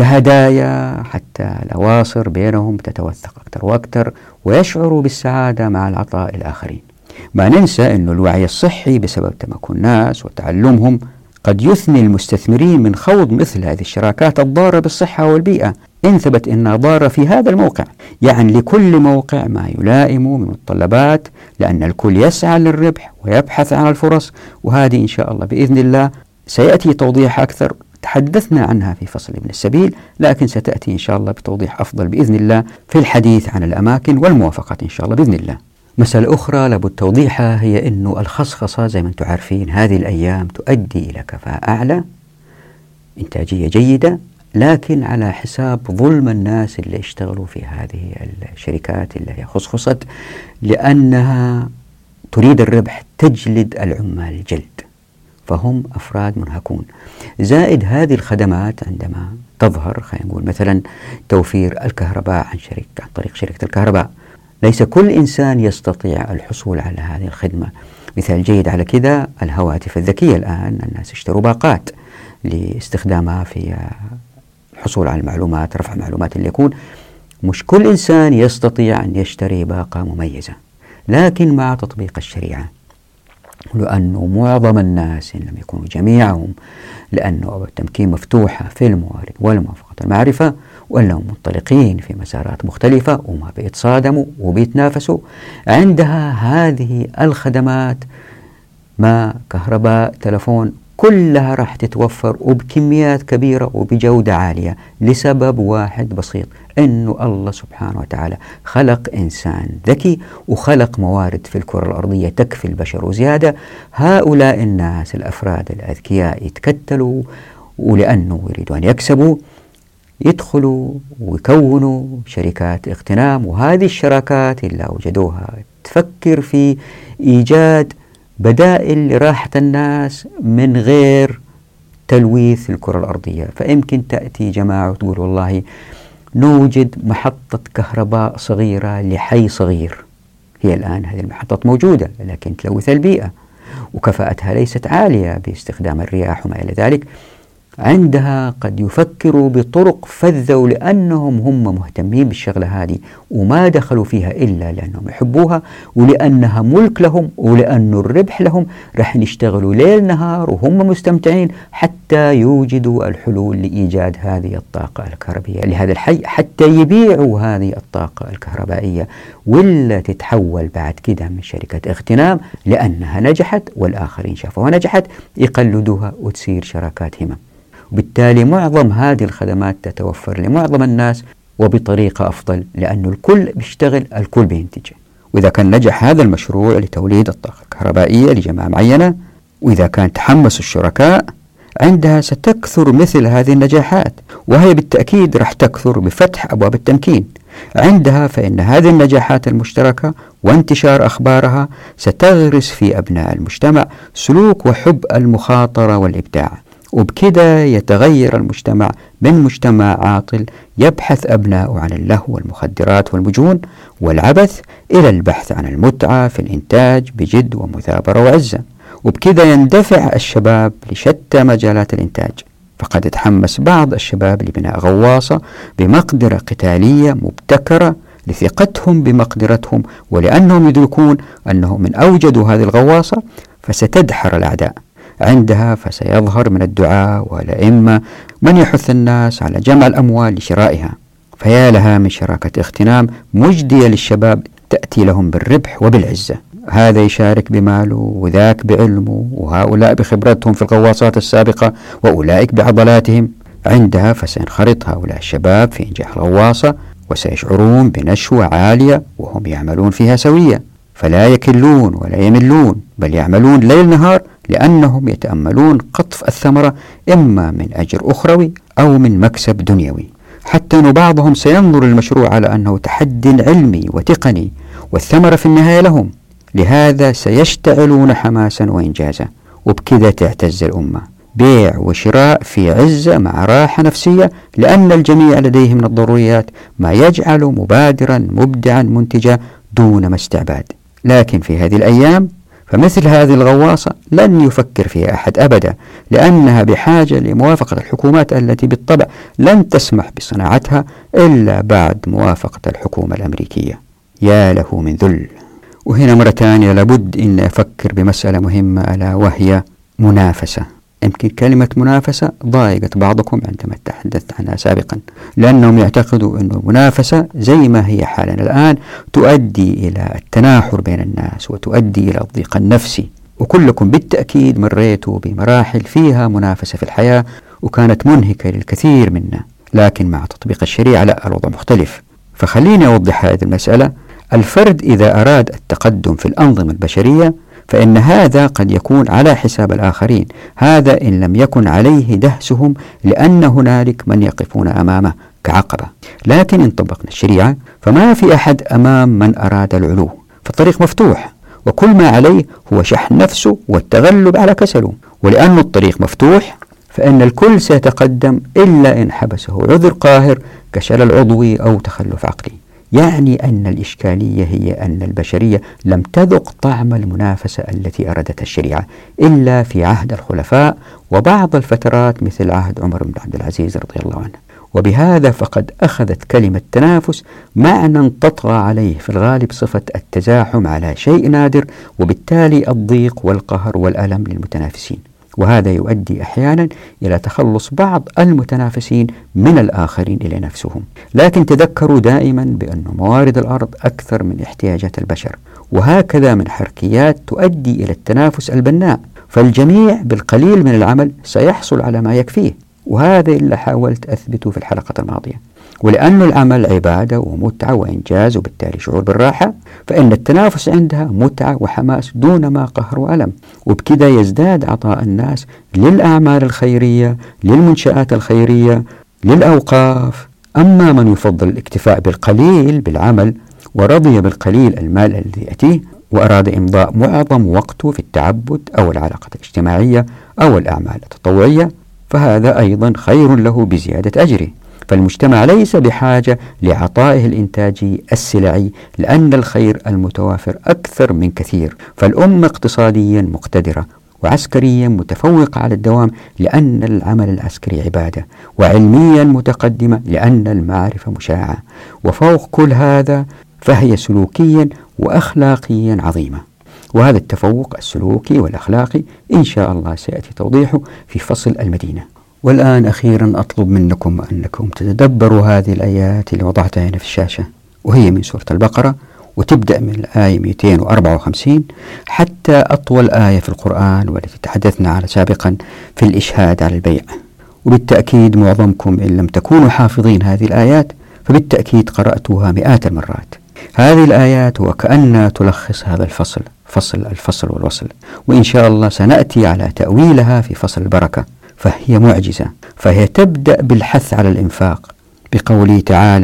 S1: كهدايا، حتى الأواصر بينهم تتوثق أكثر وأكثر ويشعروا بالسعادة مع العطاء الآخرين. ما ننسى أن الوعي الصحي بسبب تمكن الناس وتعلمهم قد يثني المستثمرين من خوض مثل هذه الشراكات الضارة بالصحة والبيئة إن ثبت أنها ضارة في هذا الموقع. يعني لكل موقع ما يلائم من متطلبات، لأن الكل يسعى للربح ويبحث عن الفرص، وهذه إن شاء الله بإذن الله سيأتي توضيح أكثر. تحدثنا عنها في فصل ابن السبيل، لكن ستأتي إن شاء الله بتوضيح أفضل بإذن الله في الحديث عن الأماكن والموافقات إن شاء الله بإذن الله. مسألة أخرى لابد توضيحها هي أنه الخصخصة زي ما أنتم عارفين هذه الأيام تؤدي إلى كفاءة أعلى، إنتاجية جيدة، لكن على حساب ظلم الناس اللي يشتغلوا في هذه الشركات اللي هي خصخصت، لأنها تريد الربح تجلد العمال الجلد، فهم أفراد منهكون. زائد هذه الخدمات عندما تظهر، خلينا نقول مثلا توفير الكهرباء عن طريق شركة الكهرباء، ليس كل إنسان يستطيع الحصول على هذه الخدمة. مثال جيد على كده الهواتف الذكية، الآن الناس اشتروا باقات لاستخدامها في الحصول على المعلومات، رفع المعلومات اللي يكون. مش كل إنسان يستطيع أن يشتري باقة مميزة، لكن مع تطبيق الشريعة، لأنه معظم الناس إن لم يكونوا جميعهم، لأنه التمكين مفتوحة في الموارد والموافقة المعرفة، وأنهم منطلقين في مسارات مختلفة وما بيتصادموا وبيتنافسوا، عندها هذه الخدمات ما كهرباء تلفون كلها راح تتوفر وبكميات كبيرة وبجودة عالية، لسبب واحد بسيط، أنه الله سبحانه وتعالى خلق إنسان ذكي وخلق موارد في الكرة الأرضية تكفي البشر وزيادة. هؤلاء الناس الأفراد الأذكياء يتكتلوا، ولأنه يريدوا أن يكسبوا يدخلوا ويكونوا شركات اغتنام، وهذه الشراكات اللي وجدوها تفكر في إيجاد بدائل لراحة الناس من غير تلويث الكرة الأرضية. فيمكن تأتي جماعة وتقول والله نوجد محطة كهرباء صغيرة لحي صغير، هي الآن هذه المحطات موجودة لكن تلوث البيئة وكفاءتها ليست عالية باستخدام الرياح وما إلى ذلك. عندها قد يفكروا بطرق فذة، لأنهم هم مهتمين بالشغلة هذه وما دخلوا فيها إلا لأنهم يحبوها ولأنها ملك لهم ولأنه الربح لهم، رح يشتغلوا ليل نهار وهم مستمتعين حتى يوجدوا الحلول لإيجاد هذه الطاقة الكهربائية لهذا الحي، حتى يبيعوا هذه الطاقة الكهربائية ولا تتحول بعد كده من شركة اغتنام لأنها نجحت والآخرين شافوها نجحت يقلدوها وتصير شراكات همم. وبالتالي معظم هذه الخدمات تتوفر لمعظم الناس وبطريقة أفضل، لأن الكل بيشتغل الكل بينتج. وإذا كان نجح هذا المشروع لتوليد الطاقة الكهربائية لجماعة معينة، وإذا كان تحمس الشركاء، عندها ستكثر مثل هذه النجاحات، وهي بالتأكيد رح تكثر بفتح أبواب التمكين. عندها فإن هذه النجاحات المشتركة وانتشار أخبارها ستغرس في أبناء المجتمع سلوك وحب المخاطرة والإبداع، وبكده يتغير المجتمع من مجتمع عاطل يبحث أبناؤه عن اللهو والمخدرات والمجون والعبث إلى البحث عن المتعة في الإنتاج بجد ومثابرة وعزة. وبكده يندفع الشباب لشتى مجالات الإنتاج، فقد يتحمس بعض الشباب لبناء غواصة بمقدرة قتالية مبتكرة لثقتهم بمقدرتهم، ولأنهم يدركون أنهم من أوجدوا هذه الغواصة فستدحر الأعداء. عندها فسيظهر من الدعاة والأئمة من يحث الناس على جمع الأموال لشرائها، فيا لها من شراكة اغتنام مجدية للشباب تأتي لهم بالربح وبالعزة. هذا يشارك بماله وذاك بعلمه، وهؤلاء بخبرتهم في الغواصات السابقة وأولئك بعضلاتهم. عندها فسينخرط هؤلاء الشباب في إنجاح الغواصة وسيشعرون بنشوة عالية وهم يعملون فيها سوية، فلا يكلون ولا يملون بل يعملون ليل نهار، لأنهم يتأملون قطف الثمرة إما من أجر أخروي أو من مكسب دنيوي، حتى أن بعضهم سينظر للمشروع على أنه تحد علمي وتقني والثمرة في النهاية لهم، لهذا سيشتعلون حماسا وإنجازا. وبكذا تعتز الأمة، بيع وشراء في عزة مع راحة نفسية، لأن الجميع لديه من الضروريات ما يجعل مبادرا مبدعا منتجا دون ما استعباد. لكن في هذه الأيام فمثل هذه الغواصة لن يفكر فيها أحد أبدا، لأنها بحاجة لموافقة الحكومات التي بالطبع لن تسمح بصناعتها إلا بعد موافقة الحكومة الأمريكية. يا له من ذل. وهنا مرة ثانية لابد أن أفكر بمسألة مهمة، ألا وهي منافسة. يمكن كلمة منافسة ضايقت بعضكم عندما تحدثت عنها سابقا، لأنهم يعتقدوا أن المنافسة زي ما هي حالنا الآن تؤدي إلى التناحر بين الناس وتؤدي إلى الضيق النفسي. وكلكم بالتأكيد مريتوا بمراحل فيها منافسة في الحياة وكانت منهكة للكثير منا، لكن مع تطبيق الشريعة لا، الوضع مختلف. فخليني أوضح هذه المسألة. الفرد إذا أراد التقدم في الأنظمة البشرية فإن هذا قد يكون على حساب الآخرين، هذا إن لم يكن عليه دهسهم، لأن هنالك من يقفون أمامه كعقبة. لكن إن طبقنا الشريعة فما في أحد أمام من أراد العلو، فالطريق مفتوح، وكل ما عليه هو شحن نفسه والتغلب على كسله. ولأن الطريق مفتوح فإن الكل سيتقدم إلا إن حبسه عذر قاهر كشلل عضوي أو تخلف عقلي. يعني أن الإشكالية هي أن البشرية لم تذق طعم المنافسة التي أرادتها الشريعة إلا في عهد الخلفاء وبعض الفترات مثل عهد عمر بن عبد العزيز رضي الله عنه. وبهذا فقد أخذت كلمة تنافس معنى تطغى عليه في الغالب صفة التزاحم على شيء نادر، وبالتالي الضيق والقهر والألم للمتنافسين. وهذا يؤدي أحيانا إلى تخلص بعض المتنافسين من الآخرين إلى نفسهم. لكن تذكروا دائما بأن موارد الأرض أكثر من احتياجات البشر، وهكذا من حركيات تؤدي إلى التنافس البناء، فالجميع بالقليل من العمل سيحصل على ما يكفيه. وهذا اللي حاولت أثبته في الحلقة الماضية. ولأن العمل عبادة ومتعة وإنجاز وبالتالي شعور بالراحة، فإن التنافس عندها متعة وحماس دون ما قهر وألم، وبكذا يزداد عطاء الناس للأعمال الخيرية، للمنشآت الخيرية، للأوقاف. أما من يفضل الاكتفاء بالقليل بالعمل ورضي بالقليل المال الذي يأتيه وأراد إمضاء معظم وقته في التعبد أو العلاقة الاجتماعية أو الأعمال التطوعية، فهذا أيضا خير له بزيادة أجره. فالمجتمع ليس بحاجة لعطائه الإنتاجي السلعي، لأن الخير المتوافر أكثر من كثير. فالأمة اقتصاديا مقتدرة وعسكريا متفوقة على الدوام، لأن العمل العسكري عبادة، وعلميا متقدمة لأن المعرفة مشاعة، وفوق كل هذا فهي سلوكيا وأخلاقيا عظيمة. وهذا التفوق السلوكي والأخلاقي إن شاء الله سيأتي توضيحه في فصل المدينة. والآن أخيرا أطلب منكم أنكم تتدبروا هذه الآيات اللي وضعتها هنا في الشاشة، وهي من سورة البقرة، وتبدأ من الآية 254 حتى أطول آية في القرآن والتي تحدثنا عنها سابقا في الإشهاد على البيع. وبالتأكيد معظمكم إن لم تكونوا حافظين هذه الآيات فبالتأكيد قرأتوها مئات المرات. هذه الآيات وكأنها تلخص هذا الفصل، فصل الفصل والوصل، وإن شاء الله سنأتي على تأويلها في فصل البركة. فهي معجزة، فهي تبدأ بالحث على الإنفاق بقوله تعالى: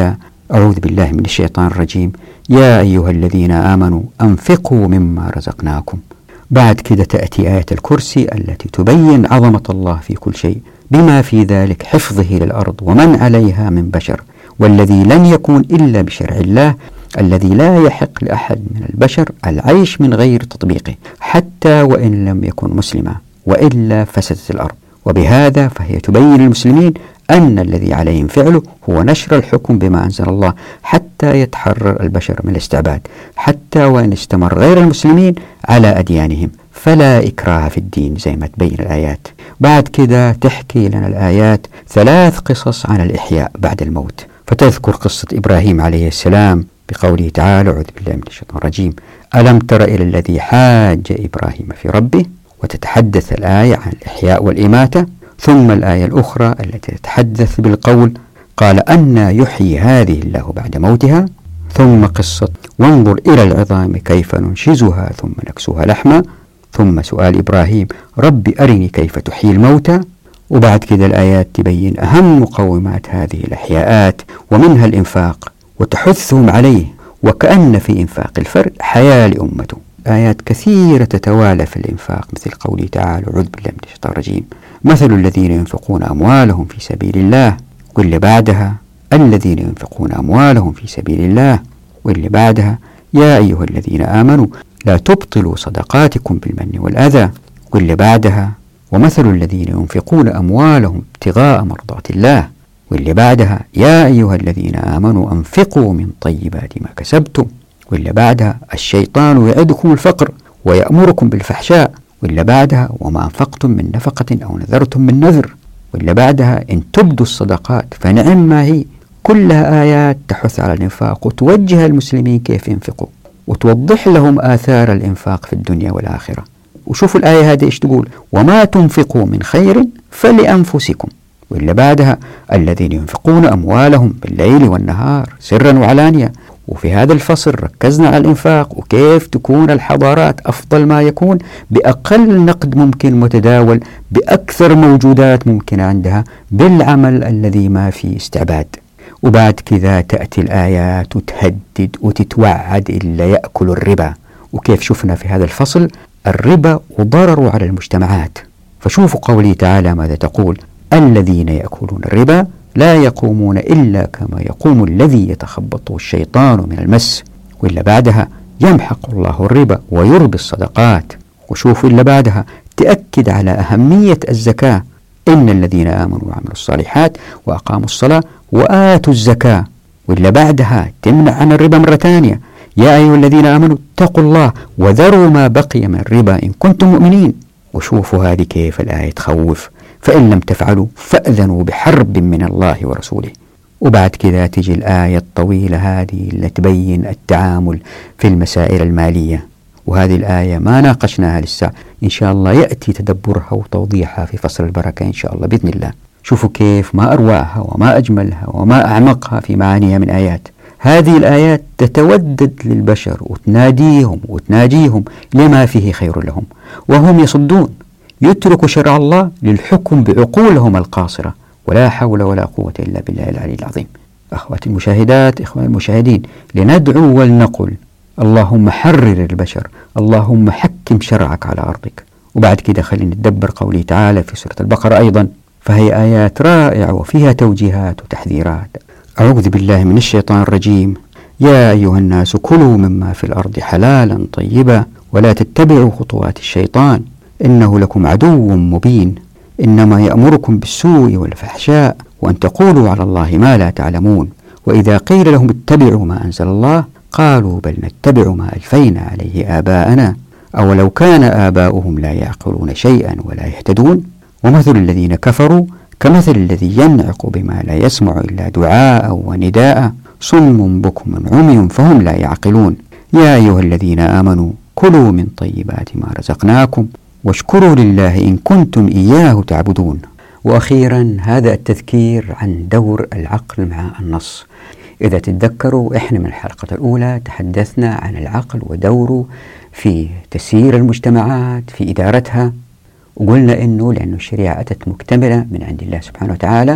S1: أعوذ بالله من الشيطان الرجيم. يا أيها الذين آمنوا أنفقوا مما رزقناكم. بعد كده تأتي آية الكرسي التي تبين عظمة الله في كل شيء، بما في ذلك حفظه للأرض ومن عليها من بشر، والذي لن يكون إلا بشرع الله، الذي لا يحق لأحد من البشر العيش من غير تطبيقه حتى وإن لم يكن مسلما، وإلا فسدت الأرض. وبهذا فهي تبين للمسلمين أن الذي عليهم فعله هو نشر الحكم بما أنزل الله حتى يتحرر البشر من الاستعباد، حتى وإن استمر غير المسلمين على أديانهم، فلا إكراه في الدين زي ما تبين الآيات. بعد كده تحكي لنا الآيات 3 قصص عن الإحياء بعد الموت، فتذكر قصة إبراهيم عليه السلام بقوله تعالى: أعوذ بالله من الشيطان الرجيم: ألم تر إلى الذي حاج إبراهيم في ربه، وتتحدث الآية عن الإحياء والإماتة. ثم الآية الأخرى التي تتحدث بالقول: قال أنى يحيي هذه الله بعد موتها. ثم قصة: وانظر إلى العظام كيف ننشزها ثم نكسوها لحما. ثم سؤال إبراهيم: رب أرني كيف تحيي الموتى. وبعد كده الآيات تبين أهم مقومات هذه الإحياءات، ومنها الإنفاق، وتحثهم عليه، وكأن في إنفاق الفرد حياة لأمته. آيات كثيرة تتوالى في الإنفاق، مثل قوله تعالى: أعوذ بالله من الشيطان الرجيم: مثل الذين ينفقون أموالهم في سبيل الله. واللي بعدها: الذين ينفقون أموالهم في سبيل الله. واللي بعدها: يا أيها الذين آمنوا لا تبطلوا صدقاتكم بالمن والأذى. واللي بعدها: ومثل الذين ينفقون أموالهم ابتغاء مرضات الله. واللي بعدها: يا أيها الذين آمنوا أنفقوا من طيبات ما كسبتم. واللي بعدها: الشيطان يعدكم الفقر ويأمركم بالفحشاء. واللي بعدها: وما أنفقتم من نفقة أو نذرتم من نذر. واللي بعدها: إن تبدوا الصدقات فنعم ما هي. كلها آيات تحث على الإنفاق، وتوجه المسلمين كيف ينفقوا، وتوضح لهم آثار الإنفاق في الدنيا والآخرة. وشوفوا الآية هذه إيش تقول: وما تنفقوا من خير فلأنفسكم. واللي بعدها: الذين ينفقون أموالهم بالليل والنهار سرا وعلانية. وفي هذا الفصل ركزنا على الإنفاق، وكيف تكون الحضارات أفضل ما يكون بأقل نقد ممكن متداول، بأكثر موجودات ممكنة عندها، بالعمل الذي ما فيه استعباد. وبعد كذا تأتي الآيات وتهدد وتتوعد إلا يأكل الربا، وكيف شفنا في هذا الفصل الربا وضرره على المجتمعات. فشوفوا قوله تعالى ماذا تقول: الذين يأكلون الربا لا يقومون إلا كما يقوم الذي يتخبطه الشيطان من المس. وإلا بعدها: يمحق الله الربا ويربي الصدقات. وشوفوا إلا بعدها تأكد على أهمية الزكاة: إن الذين آمنوا وعملوا الصالحات وأقاموا الصلاة وآتوا الزكاة. وإلا بعدها تمنع عن الربا مرة ثانية: يا أيها الذين آمنوا اتقوا الله وذروا ما بقي من الربا إن كنتم مؤمنين. وشوفوا هذه كيف الآية تخوف: فإن لم تفعلوا فأذنوا بحرب من الله ورسوله. وبعد كذا تجي الآية الطويلة هذه اللي تبين التعامل في المسائل المالية، وهذه الآية ما ناقشناها لسه، إن شاء الله يأتي تدبرها وتوضيحها في فصل البركة إن شاء الله بإذن الله. شوفوا كيف ما أروعها وما أجملها وما أعمقها في معانيها من آيات. هذه الآيات تتودد للبشر وتناديهم وتناجيهم لما فيه خير لهم، وهم يصدون، يتركوا شرع الله للحكم بعقولهم القاصرة، ولا حول ولا قوة إلا بالله العلي العظيم. أخواتي المشاهدات، إخواني المشاهدين، لندعو ولنقل: اللهم حرر البشر، اللهم حكم شرعك على أرضك. وبعد كده خلينا ندبر قوله تعالى في سورة البقرة أيضا، فهي آيات رائعة وفيها توجيهات وتحذيرات. أعوذ بالله من الشيطان الرجيم: يا أيها الناس كلوا مما في الأرض حلالا طيبا ولا تتبعوا خطوات الشيطان إنه لكم عدو مبين إنما يأمركم بالسوء والفحشاء وأن تقولوا على الله ما لا تعلمون. وإذا قيل لهم اتبعوا ما أنزل الله قالوا بل نتبع ما ألفينا عليه آباءنا أولو كان آباؤهم لا يعقلون شيئا ولا يهتدون. ومثل الذين كفروا كمثل الذي ينعق بما لا يسمع إلا دعاء ونداء صم بكم عمي فهم لا يعقلون. يا أيها الذين آمنوا كلوا من طيبات ما رزقناكم واشكروا لله إن كنتم إياه تعبدون. وأخيرا هذا التذكير عن دور العقل مع النص. إذا تتذكروا إحنا من الحلقة الأولى تحدثنا عن العقل ودوره في تسيير المجتمعات في إدارتها، وقلنا إنه لأن الشريعة أتت مكتملة من عند الله سبحانه وتعالى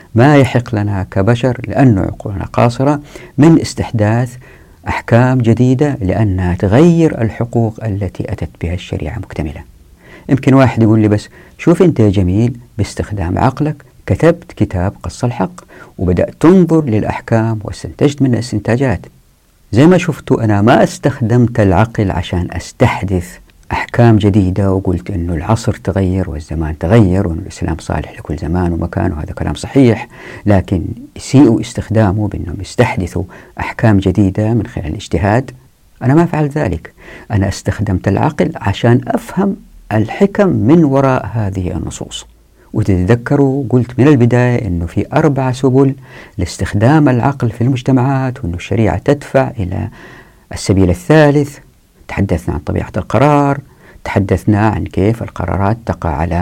S1: ما يحق لنا كبشر لأن عقولنا قاصرة من استحداث أحكام جديدة لأنها تغير الحقوق التي أتت بها الشريعة مكتملة. يمكن واحد يقول لي بس شوف أنت يا جميل باستخدام عقلك كتبت كتاب قص الحق وبدأت تنظر للأحكام واستنتجت منها استنتاجات. زي ما شفتوا أنا ما استخدمت العقل عشان أستحدث أحكام جديدة وقلت أنه العصر تغير والزمان تغير وأن الإسلام صالح لكل زمان ومكان، وهذا كلام صحيح، لكن يسيئوا استخدامه بأنهم يستحدثوا أحكام جديدة من خلال الاجتهاد. أنا ما فعلت ذلك، أنا استخدمت العقل عشان أفهم الحكم من وراء هذه النصوص. وتتذكروا قلت من البداية أنه في 4 سبل لاستخدام العقل في المجتمعات، وأن الشريعة تدفع إلى السبيل الثالث. تحدثنا عن طبيعة القرار، تحدثنا عن كيف القرارات تقع على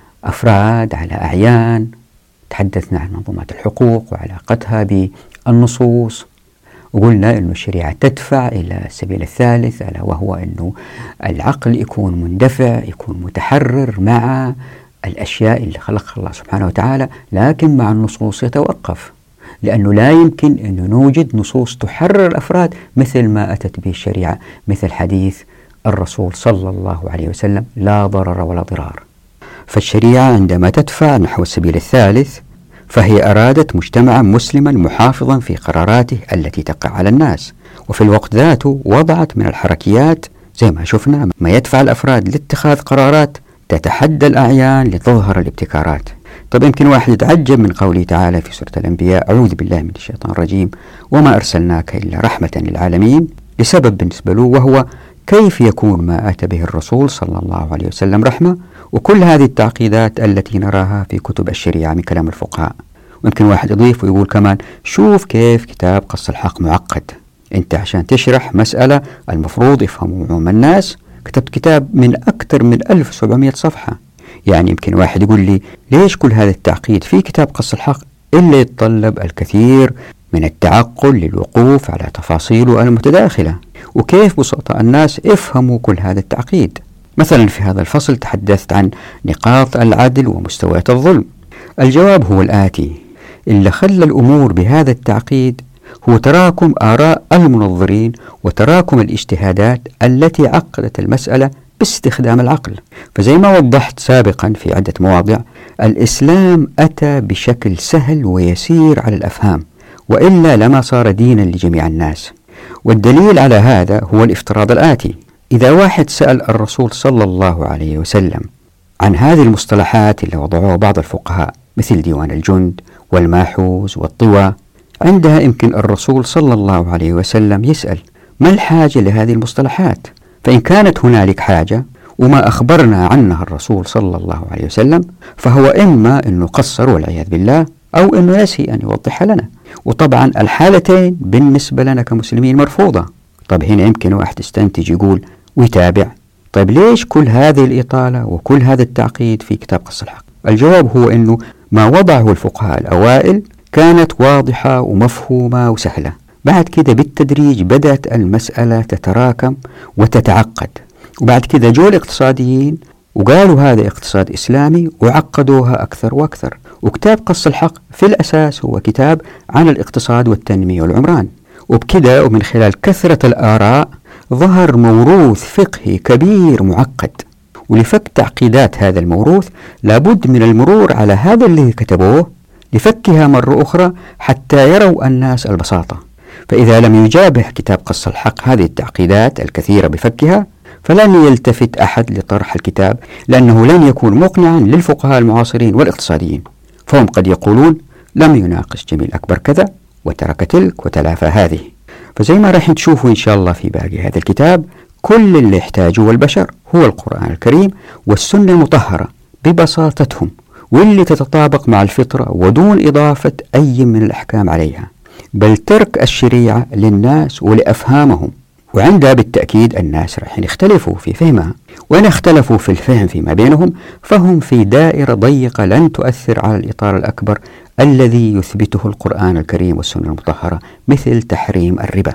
S1: أفراد، على أعيان، تحدثنا عن منظومات الحقوق وعلاقتها بالنصوص، وقلنا أن الشريعة تدفع إلى السبيل الثالث ألا وهو أنه العقل يكون مندفع، يكون متحرر مع الأشياء اللي خلقها الله سبحانه وتعالى، لكن مع النصوص يتوقف، لأنه لا يمكن أن نوجد نصوص تحرر الأفراد مثل ما أتت به الشريعة، مثل حديث الرسول صلى الله عليه وسلم لا ضرر ولا ضرار. فالشريعة عندما تدفع نحو السبيل الثالث فهي أرادت مجتمعا مسلما محافظا في قراراته التي تقع على الناس، وفي الوقت ذاته وضعت من الحركيات زي ما شفنا ما يدفع الأفراد لاتخاذ قرارات تتحدى الأعيان لتظهر الابتكارات. طب يمكن واحد يتعجب من قوله تعالى في سورة الأنبياء أعوذ بالله من الشيطان الرجيم وما أرسلناك إلا رحمة للعالمين، لسبب بالنسبة له وهو كيف يكون ما أتى به الرسول صلى الله عليه وسلم رحمة، وكل هذه التعقيدات التي نراها في كتب الشريعة من كلام الفقهاء. ويمكن واحد يضيف ويقول كمان شوف كيف كتاب قص الحق معقد، أنت عشان تشرح مسألة المفروض يفهموا عموم الناس كتبت كتاب من أكثر من 1700 صفحة. يعني يمكن واحد يقول لي ليش كل هذا التعقيد في كتاب قص الحق إلا يتطلب الكثير من التعقل للوقوف على تفاصيله المتداخلة، وكيف بسطاء الناس يفهموا كل هذا التعقيد. مثلا في هذا الفصل تحدثت عن نقاط العدل ومستويات الظلم. الجواب هو الآتي: اللي خلى الأمور بهذا التعقيد هو تراكم آراء المنظرين وتراكم الاجتهادات التي عقدت المسألة باستخدام العقل. فزي ما وضحت سابقا في عدة مواضع، الإسلام أتى بشكل سهل ويسير على الأفهام، وإلا لما صار دينا لجميع الناس. والدليل على هذا هو الافتراض الآتي: إذا واحد سأل الرسول صلى الله عليه وسلم عن هذه المصطلحات اللي وضعوها بعض الفقهاء مثل ديوان الجند والماحوز والطوى، عندها يمكن الرسول صلى الله عليه وسلم يسأل ما الحاجة لهذه المصطلحات؟ فإن كانت هنالك حاجة وما أخبرنا عنها الرسول صلى الله عليه وسلم فهو إما أنه قصر والعياذ بالله أو أنه نسي أن يوضحها لنا، وطبعا الحالتين بالنسبة لنا كمسلمين مرفوضة. طب هنا يمكن واحد يستنتج يقول ويتابع، طيب ليش كل هذه الإطالة وكل هذا التعقيد في كتاب قص الحق؟ الجواب هو أنه ما وضعه الفقهاء الأوائل كانت واضحة ومفهومة وسهلة، بعد كده بالتدريج بدأت المسألة تتراكم وتتعقد، وبعد كده جو الاقتصاديين وقالوا هذا اقتصاد إسلامي وعقدوها أكثر وأكثر. وكتاب قص الحق في الأساس هو كتاب عن الاقتصاد والتنمية والعمران، وبكده ومن خلال كثرة الآراء ظهر موروث فقهي كبير معقد. ولفك تعقيدات هذا الموروث لابد من المرور على هذا اللي كتبوه لفكها مرة أخرى حتى يروا الناس البساطة. فإذا لم يجابه كتاب قص الحق هذه التعقيدات الكثيرة بفكها فلن يلتفت أحد لطرح الكتاب، لأنه لن يكون مقنعا للفقهاء المعاصرين والاقتصاديين، فهم قد يقولون لم يناقش جميل أكبر كذا وترك تلك وتلافى هذه. فزي ما راح تشوفوا إن شاء الله في باقي هذا الكتاب كل اللي يحتاجه البشر هو القرآن الكريم والسنة المطهرة ببساطتهم، واللي تتطابق مع الفطرة ودون إضافة أي من الأحكام عليها، بل ترك الشريعة للناس ولأفهامهم. وعندها بالتأكيد الناس راح يختلفوا في فهمها، وإن اختلفوا في الفهم فيما بينهم فهم في دائرة ضيقة لن تؤثر على الإطار الأكبر الذي يثبته القرآن الكريم والسنة المطهرة، مثل تحريم الربا.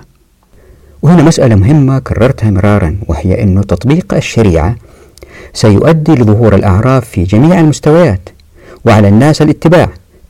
S1: وهنا مسألة مهمة كررتها مرارا، وهي أن تطبيق الشريعة سيؤدي لظهور الأعراف في جميع المستويات، وعلى الناس الاتباع،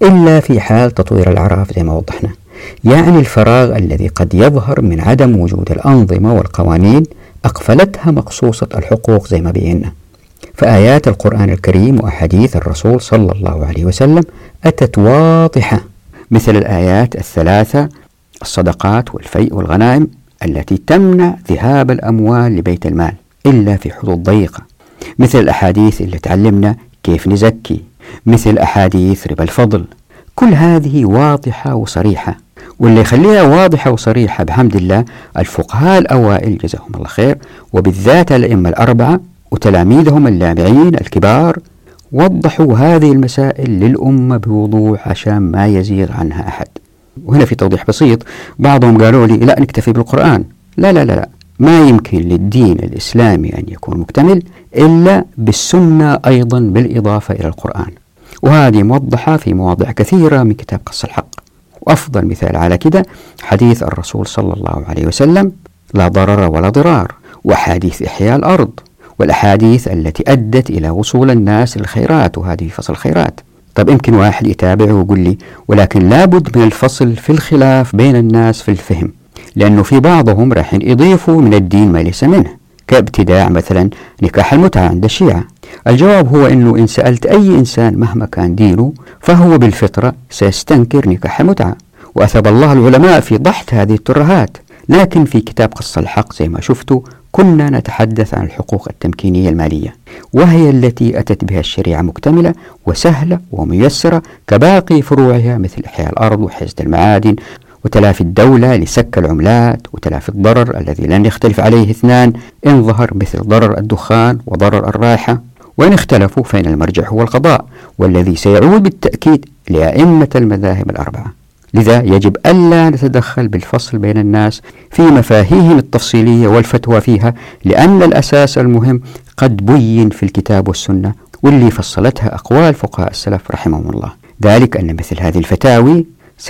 S1: إلا في حال تطوير الأعراف زي ما وضحنا، يعني الفراغ الذي قد يظهر من عدم وجود الأنظمة والقوانين أقفلتها مقصوصة الحقوق زي ما بينا. فآيات القرآن الكريم وأحاديث الرسول صلى الله عليه وسلم أتت واضحة، مثل الآيات الثلاثة الصدقات والفيء والغنائم التي تمنع ذهاب الأموال لبيت المال إلا في حدود ضيقة، مثل الأحاديث اللي تعلمنا كيف نزكي، مثل أحاديث ربا الفضل. كل هذه واضحة وصريحة، واللي يخليها واضحة وصريحة بحمد الله الفقهاء الأوائل جزاهم الله خير، وبالذات الأئمة الأربعة وتلاميذهم اللامعين الكبار، وضحوا هذه المسائل للأمة بوضوح عشان ما يزيغ عنها أحد. وهنا في توضيح بسيط، بعضهم قالوا لي لا نكتفي بالقرآن، لا لا لا، ما يمكن للدين الإسلامي أن يكون مكتمل إلا بالسنة أيضا بالإضافة إلى القرآن، وهذه موضحة في مواضع كثيرة من كتاب قص الحق. وأفضل مثال على كده حديث الرسول صلى الله عليه وسلم لا ضرر ولا ضرار، وحديث إحياء الأرض، والأحاديث التي أدت إلى وصول الناس للخيرات، وهذه فصل الخيرات. طب يمكن واحد يتابع ويقول لي ولكن لابد من الفصل في الخلاف بين الناس في الفهم، لأنه في بعضهم راح يضيفوا من الدين ما ليس منه، كابتداع مثلا نكاح المتعة عند الشيعة. الجواب هو أنه إن سألت أي إنسان مهما كان دينه فهو بالفطرة سيستنكر نكاح المتعة، وأثب الله العلماء في ضحت هذه الترهات. لكن في كتاب قص الحق زي ما شفتوا كنا نتحدث عن الحقوق التمكينية المالية، وهي التي أتت بها الشريعة مكتملة وسهلة وميسرة كباقي فروعها، مثل إحياء الأرض وحيازة المعادن وتلافي الدولة لسك العملات وتلافي الضرر الذي لن يختلف عليه اثنان إن ظهر، مثل ضرر الدخان وضرر الرائحة. وإن اختلفوا فإن المرجع هو القضاء، والذي سيعود بالتأكيد لأئمة المذاهب الأربعة. لذا يجب ألا نتدخل بالفصل بين الناس في مفاهيم التفصيلية والفتوى فيها، لأن الأساس المهم قد بين في الكتاب والسنة، واللي فصلتها أقوال فقهاء السلف رحمهم الله. ذلك أن مثل هذه الفتاوي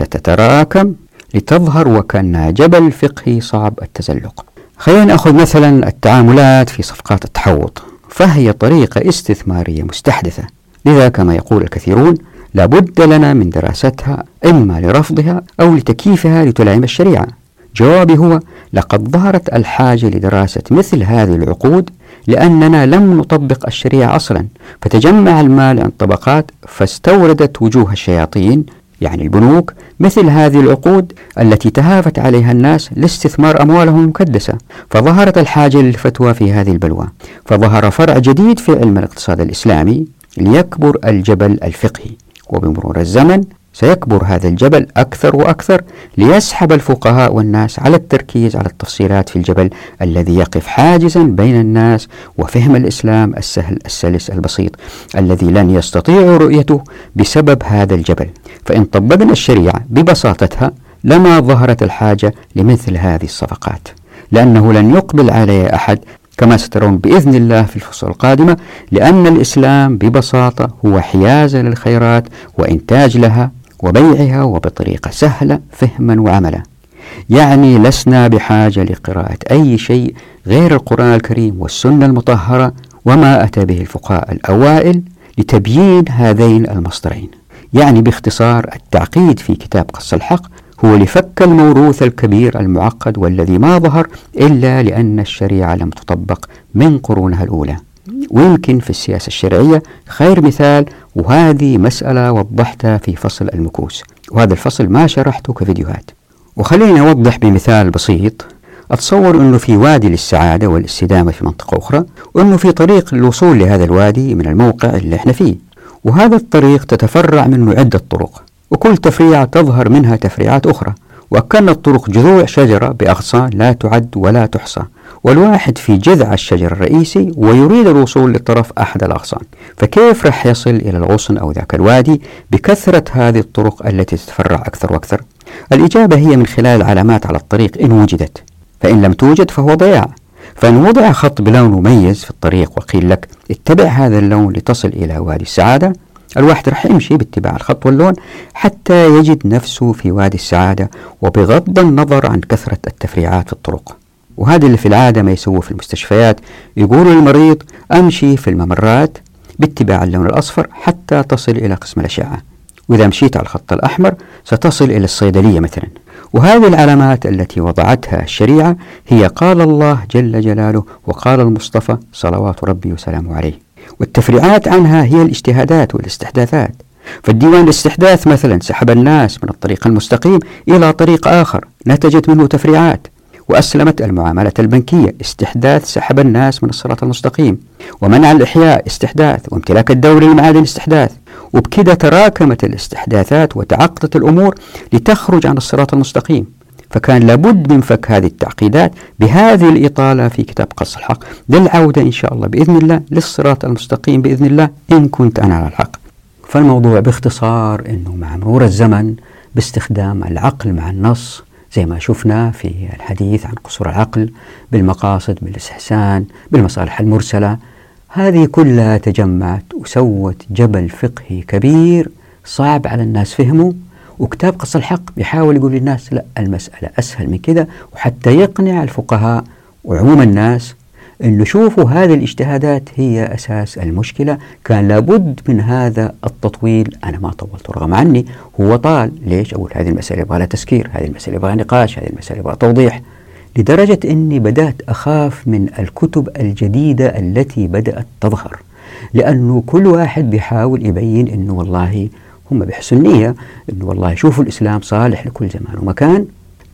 S1: ستتراكم لتظهر وكأنها جبل فقهي صعب التزلق. خلينا نأخذ مثلا التعاملات في صفقات التحوط، فهي طريقة استثمارية مستحدثة، لذا كما يقول الكثيرون لابد لنا من دراستها إما لرفضها أو لتكييفها لتلائم الشريعة. جوابي هو لقد ظهرت الحاجة لدراسة مثل هذه العقود، لأننا لم نطبق الشريعة أصلا، فتجمع المال عند طبقات فاستوردت وجوه الشياطين يعني البنوك مثل هذه العقود التي تهافت عليها الناس لاستثمار أموالهم المكدسة، فظهرت الحاجة للفتوى في هذه البلوى، فظهر فرع جديد في علم الاقتصاد الإسلامي ليكبر الجبل الفقهي، وبمرور الزمن سيكبر هذا الجبل أكثر وأكثر ليسحب الفقهاء والناس على التركيز على التفصيلات في الجبل الذي يقف حاجزا بين الناس وفهم الإسلام السهل السلس البسيط الذي لن يستطيعوا رؤيته بسبب هذا الجبل. فإن طبقنا الشريعة ببساطتها لما ظهرت الحاجة لمثل هذه الصفقات، لأنه لن يقبل عليها أحد كما سترون بإذن الله في الفصول القادمة، لأن الإسلام ببساطة هو حيازة للخيرات وإنتاج لها وبيعها وبطريقة سهلة فهما وعملا. يعني لسنا بحاجة لقراءة أي شيء غير القرآن الكريم والسنة المطهرة وما أتى به الفقهاء الأوائل لتبيين هذين المصدرين. يعني باختصار التعقيد في كتاب قص الحق هو لفك الموروث الكبير المعقد والذي ما ظهر إلا لأن الشريعة لم تطبق من قرونها الأولى. ويمكن في السياسة الشرعية خير مثال، وهذه مسألة وضحتها في فصل المكوس، وهذا الفصل ما شرحته كفيديوهات. وخليني أوضح بمثال بسيط. أتصور أنه في وادي للسعادة والاستدامة في منطقة أخرى، وأنه في طريق للوصول لهذا الوادي من الموقع اللي احنا فيه، وهذا الطريق تتفرع منه عدة طرق، وكل تفريعة تظهر منها تفريعات أخرى، وكان الطرق جذوع شجرة بأغصان لا تعد ولا تحصى، والواحد في جذع الشجر الرئيسي ويريد الوصول لطرف أحد الأغصان، فكيف رح يصل إلى الغصن أو ذاك الوادي بكثرة هذه الطرق التي تتفرع أكثر وأكثر؟ الإجابة هي من خلال العلامات على الطريق إن وجدت، فإن لم توجد فهو ضياع. فإن وضع خط بلون مميز في الطريق وقيل لك اتبع هذا اللون لتصل إلى وادي السعادة، الواحد رح يمشي باتباع الخط واللون حتى يجد نفسه في وادي السعادة، وبغض النظر عن كثرة التفريعات في الطرق. وهذا اللي في العادة ما يسوه في المستشفيات، يقولوا للمريض أمشي في الممرات باتباع اللون الأصفر حتى تصل إلى قسم الأشعة، وإذا مشيت على الخط الأحمر ستصل إلى الصيدلية مثلا. وهذه العلامات التي وضعتها الشريعة هي قال الله جل جلاله وقال المصطفى صلوات ربي وسلامه عليه، والتفريعات عنها هي الاجتهادات والاستحداثات. فالديوان الاستحداث مثلا سحب الناس من الطريق المستقيم إلى طريق آخر نتجت منه تفريعات. وأسلمت المعاملة البنكية استحداث سحب الناس من الصراط المستقيم، ومنع الإحياء استحداث، وامتلاك الدولة للمعادن استحداث. وبكذا تراكمت الاستحداثات وتعقدت الأمور لتخرج عن الصراط المستقيم. فكان لابد من فك هذه التعقيدات بهذه الإطالة في كتاب قص الحق للعودة إن شاء الله بإذن الله للصراط المستقيم بإذن الله إن كنت أنا على الحق. فالموضوع باختصار أنه مع مرور الزمن باستخدام العقل مع النص زي ما شفنا في الحديث عن قصور العقل بالمقاصد بالاستحسان بالمصالح المرسلة، هذه كلها تجمعت وسوت جبل فقهي كبير صعب على الناس فهمه. وكتاب قص الحق بيحاول يقول للناس لا، المسألة أسهل من كده، وحتى يقنع الفقهاء وعموم الناس أنه شوفوا هذه الاجتهادات هي أساس المشكلة. كان لابد من هذا التطويل. أنا ما طولت رغم عني، هو طال. ليش؟ أقول هذه المسألة يبغى لها تسكير، هذه المسألة يبغى نقاش، هذه المسألة يبغى توضيح، لدرجة أني بدأت أخاف من الكتب الجديدة التي بدأت تظهر، لأنه كل واحد بيحاول يبين أنه والله هم بحسن نية أنه والله شوفوا الإسلام صالح لكل زمان ومكان.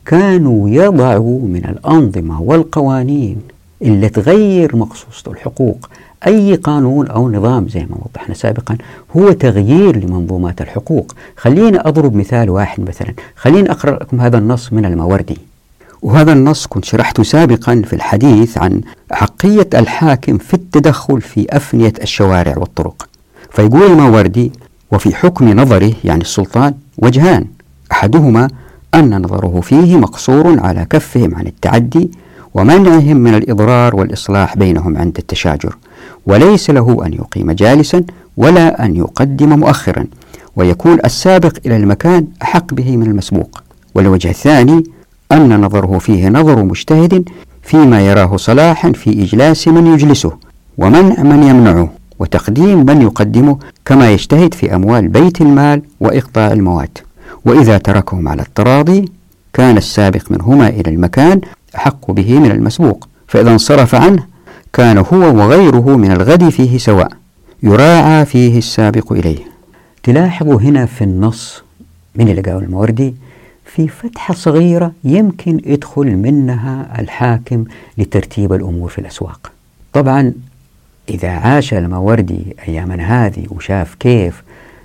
S1: كانوا يضعوا من الأنظمة والقوانين اللي تغير مقصوصة الحقوق. أي قانون أو نظام زي ما وضحنا سابقا هو تغيير لمنظومات الحقوق. خلينا أضرب مثال واحد مثلا، خلينا أقرأ لكم هذا النص من الماوردي. وهذا النص كنت شرحته سابقا في الحديث عن حقية الحاكم في التدخل في أفنية الشوارع والطرق. فيقول الماوردي: وفي حكم نظره يعني السلطان وجهان، أحدهما أن نظره فيه مقصور على كفهم عن التعدي ومنعهم من الإضرار والإصلاح بينهم عند التشاجر، وليس له أن يقيم جالسا ولا أن يقدم مؤخرا، ويكون السابق إلى المكان أحق به من المسبوق. والوجه الثاني أن نظره فيه نظر مجتهد فيما يراه صلاحا في إجلاس من يجلسه ومنع من يمنعه وتقديم من يقدمه، كما يجتهد في أموال بيت المال وإقطاع الموات. وإذا تركهم على التراضي كان السابق منهما إلى المكان أحق به من المسبوق، فإذا انصرف عنه كان هو وغيره من الغد فيه سواء، يراعى فيه السابق إليه. تلاحظوا هنا في النص من اللي قاله الماوردي في فتحة صغيرة يمكن يدخل منها الحاكم لترتيب الأمور في الأسواق. طبعا إذا عاش الماوردي أيامنا هذه وشاف كيف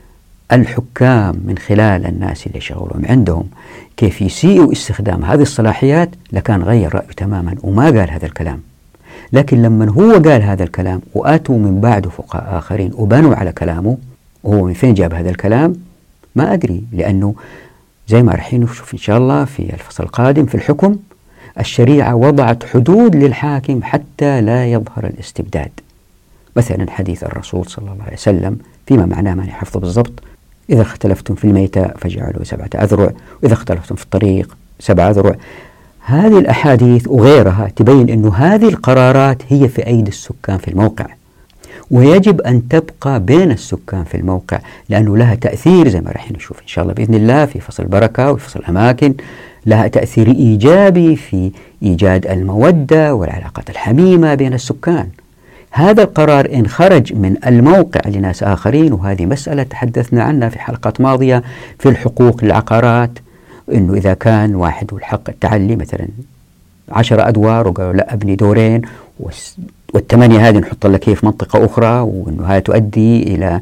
S1: الحكام من خلال الناس اللي يشغلهم عندهم كيف يسيئوا استخدام هذه الصلاحيات لكان غير رأيه تماما وما قال هذا الكلام. لكن لما هو قال هذا الكلام وآتوا من بعده فقهاء آخرين وبنوا على كلامه، وهو من فين جاب هذا الكلام ما أدري، لأنه زي ما راح نشوف إن شاء الله في الفصل القادم في الحكم، الشريعة وضعت حدود للحاكم حتى لا يظهر الاستبداد. مثلا حديث الرسول صلى الله عليه وسلم فيما معناه ما نحفظه بالضبط: إذا اختلفتم في الميتة فاجعلوا 7 أذرع، وإذا اختلفتم في الطريق 7 أذرع. هذه الأحاديث وغيرها تبين أنه هذه القرارات هي في أيدي السكان في الموقع، ويجب أن تبقى بين السكان في الموقع، لأنه لها تأثير زي ما راح نشوف إن شاء الله بإذن الله في فصل البركة وفي فصل الأماكن، لها تأثير إيجابي في إيجاد المودة والعلاقات الحميمة بين السكان. هذا القرار إن خرج من الموقع لناس آخرين، وهذه مسألة تحدثنا عنها في حلقات ماضية في الحقوق للعقارات، إنه إذا كان واحد والحق التعلي مثلا 10 أدوار وقالوا لا أبني دورين وال8 هذه نحط لك في منطقة أخرى، وإنه هذا تؤدي إلى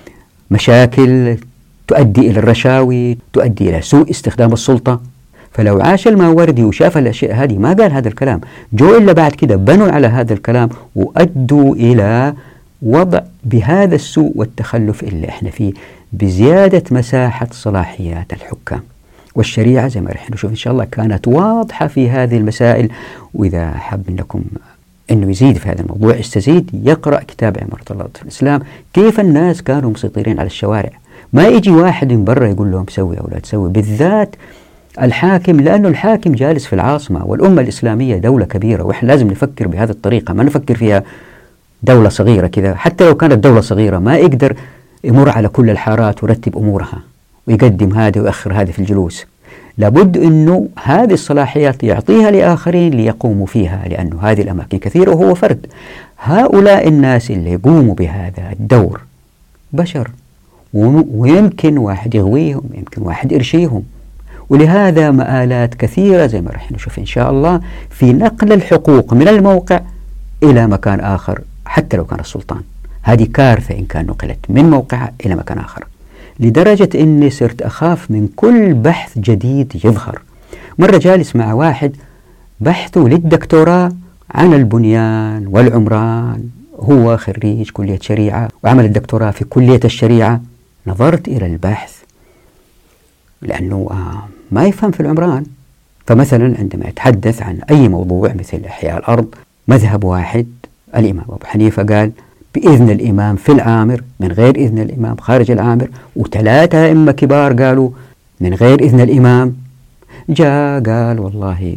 S1: مشاكل، تؤدي إلى الرشاوي، تؤدي إلى سوء استخدام السلطة. فلو عاش الماوردي وشاف الأشياء هذه ما قال هذا الكلام، جو إلا بعد كده بنوا على هذا الكلام وأدوا إلى وضع بهذا السوء والتخلف اللي احنا فيه بزيادة مساحة صلاحيات الحكام. والشريعة زي ما رح نشوف إن شاء الله كانت واضحة في هذه المسائل. وإذا حب منكم أنه يزيد في هذا الموضوع يستزيد يقرأ كتاب عمارة الله في الإسلام، كيف الناس كانوا مسيطرين على الشوارع. ما يجي واحد من برا يقول لهم سوي أو لا تسوي، بالذات الحاكم، لأنه الحاكم جالس في العاصمة، والأمة الإسلامية دولة كبيرة، وإحنا لازم نفكر بهذه الطريقة، ما نفكر فيها دولة صغيرة كذا. حتى لو كانت دولة صغيرة ما يقدر يمر على كل الحارات ويرتب أمورها، ويقدم هذا ويؤخر هذا في الجلوس. لابد أنه هذه الصلاحيات يعطيها لآخرين ليقوموا فيها، لأن هذه الأماكن كثيرة وهو فرد. هؤلاء الناس اللي يقوموا بهذا الدور بشر، ويمكن واحد يغويهم، يمكن واحد يرشيهم، ولهذا مآلات كثيرة زي ما رح نشوف إن شاء الله في نقل الحقوق من الموقع إلى مكان آخر حتى لو كان السلطان. هذه كارثة إن كان نقلت من موقعها إلى مكان آخر، لدرجة أني صرت أخاف من كل بحث جديد يظهر. مرة جالس مع واحد بحثه للدكتوراه عن البنيان والعمران، هو خريج كلية شريعة وعمل الدكتوراه في كلية الشريعة. نظرت إلى البحث لأنه ما يفهم في العمران، فمثلا عندما يتحدث عن أي موضوع مثل إحياء الأرض، مذهب واحد الإمام أبو حنيفة قال بإذن الإمام في العامر، من غير إذن الإمام خارج العامر، وثلاثة أئمة كبار قالوا من غير إذن الإمام. جاء قال والله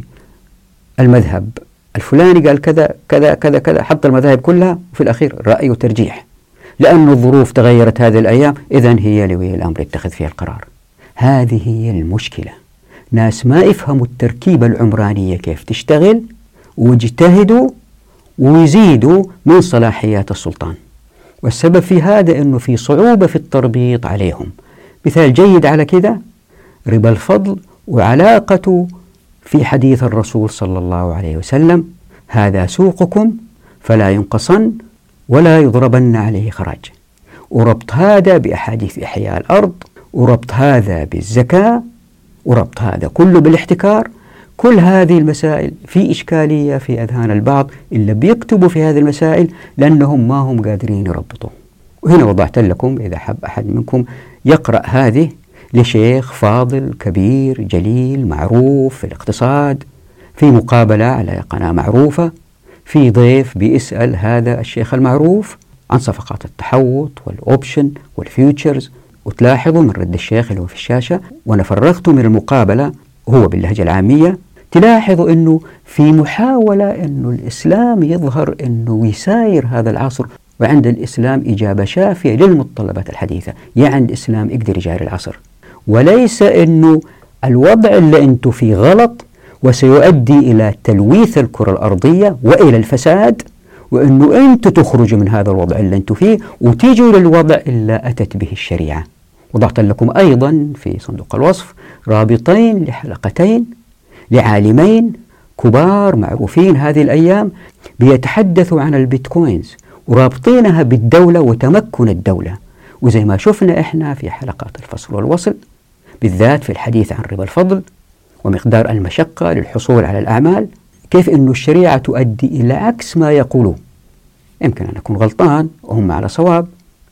S1: المذهب الفلاني قال كذا كذا كذا كذا، حط المذاهب كلها وفي الأخير رأي وترجيح، لأن الظروف تغيرت هذه الأيام، إذن هي لولي الأمر يتخذ فيها القرار. هذه هي المشكلة، ناس ما يفهموا التركيبة العمرانية كيف تشتغل ويجتهدوا ويزيدوا من صلاحيات السلطان، والسبب في هذا أنه في صعوبة في التربيط عليهم. مثال جيد على كده ربا الفضل وعلاقته في حديث الرسول صلى الله عليه وسلم: هذا سوقكم فلا ينقصن ولا يضربن عليه خراج، وربط هذا بأحاديث إحياء الأرض، وربط هذا بالزكاة، وربط هذا كله بالاحتكار. كل هذه المسائل في إشكالية في أذهان البعض اللي بيكتبوا في هذه المسائل لأنهم ما هم قادرين يربطوا. وهنا وضعت لكم إذا حب أحد منكم يقرأ هذه لشيخ فاضل كبير جليل معروف في الاقتصاد، في مقابلة على قناة معروفة، في ضيف بيسأل هذا الشيخ المعروف عن صفقات التحوط والأوبشن والفيوتشرز، وتلاحظوا من رد الشيخ اللي هو في الشاشة وأنا فرغته من المقابلة هو باللهجة العامية، تلاحظوا أنه في محاولة أنه الإسلام يظهر أنه يساير هذا العصر، وعند الإسلام إجابة شافية للمتطلبات الحديثة، يعني الإسلام يقدر يجاري العصر، وليس أنه الوضع اللي أنتم فيه غلط وسيؤدي إلى تلويث الكرة الأرضية وإلى الفساد، وأنه أنتم تخرجوا من هذا الوضع اللي أنتم فيه وتيجوا للوضع اللي أتت به الشريعة. وضعت لكم أيضا في صندوق الوصف رابطين لحلقتين لعالمين كبار معروفين هذه الأيام بيتحدثوا عن البيتكوينز ورابطينها بالدولة وتمكن الدولة. وزي ما شفنا إحنا في حلقات الفصل والوصل بالذات في الحديث عن ربا الفضل ومقدار المشقة للحصول على الأعمال، كيف أن الشريعة تؤدي إلى عكس ما يقولون. يمكن أن أكون غلطان وهم على صواب،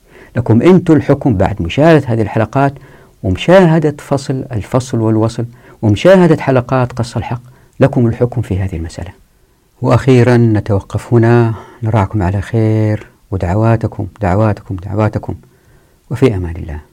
S1: لكم أنتم الحكم بعد مشاهدة هذه الحلقات ومشاهدة الفصل والوصل ومشاهدة حلقات قص الحق، لكم الحكم في هذه المسألة. وأخيرا نتوقف هنا، نراكم على خير، ودعواتكم دعواتكم دعواتكم، وفي أمان الله.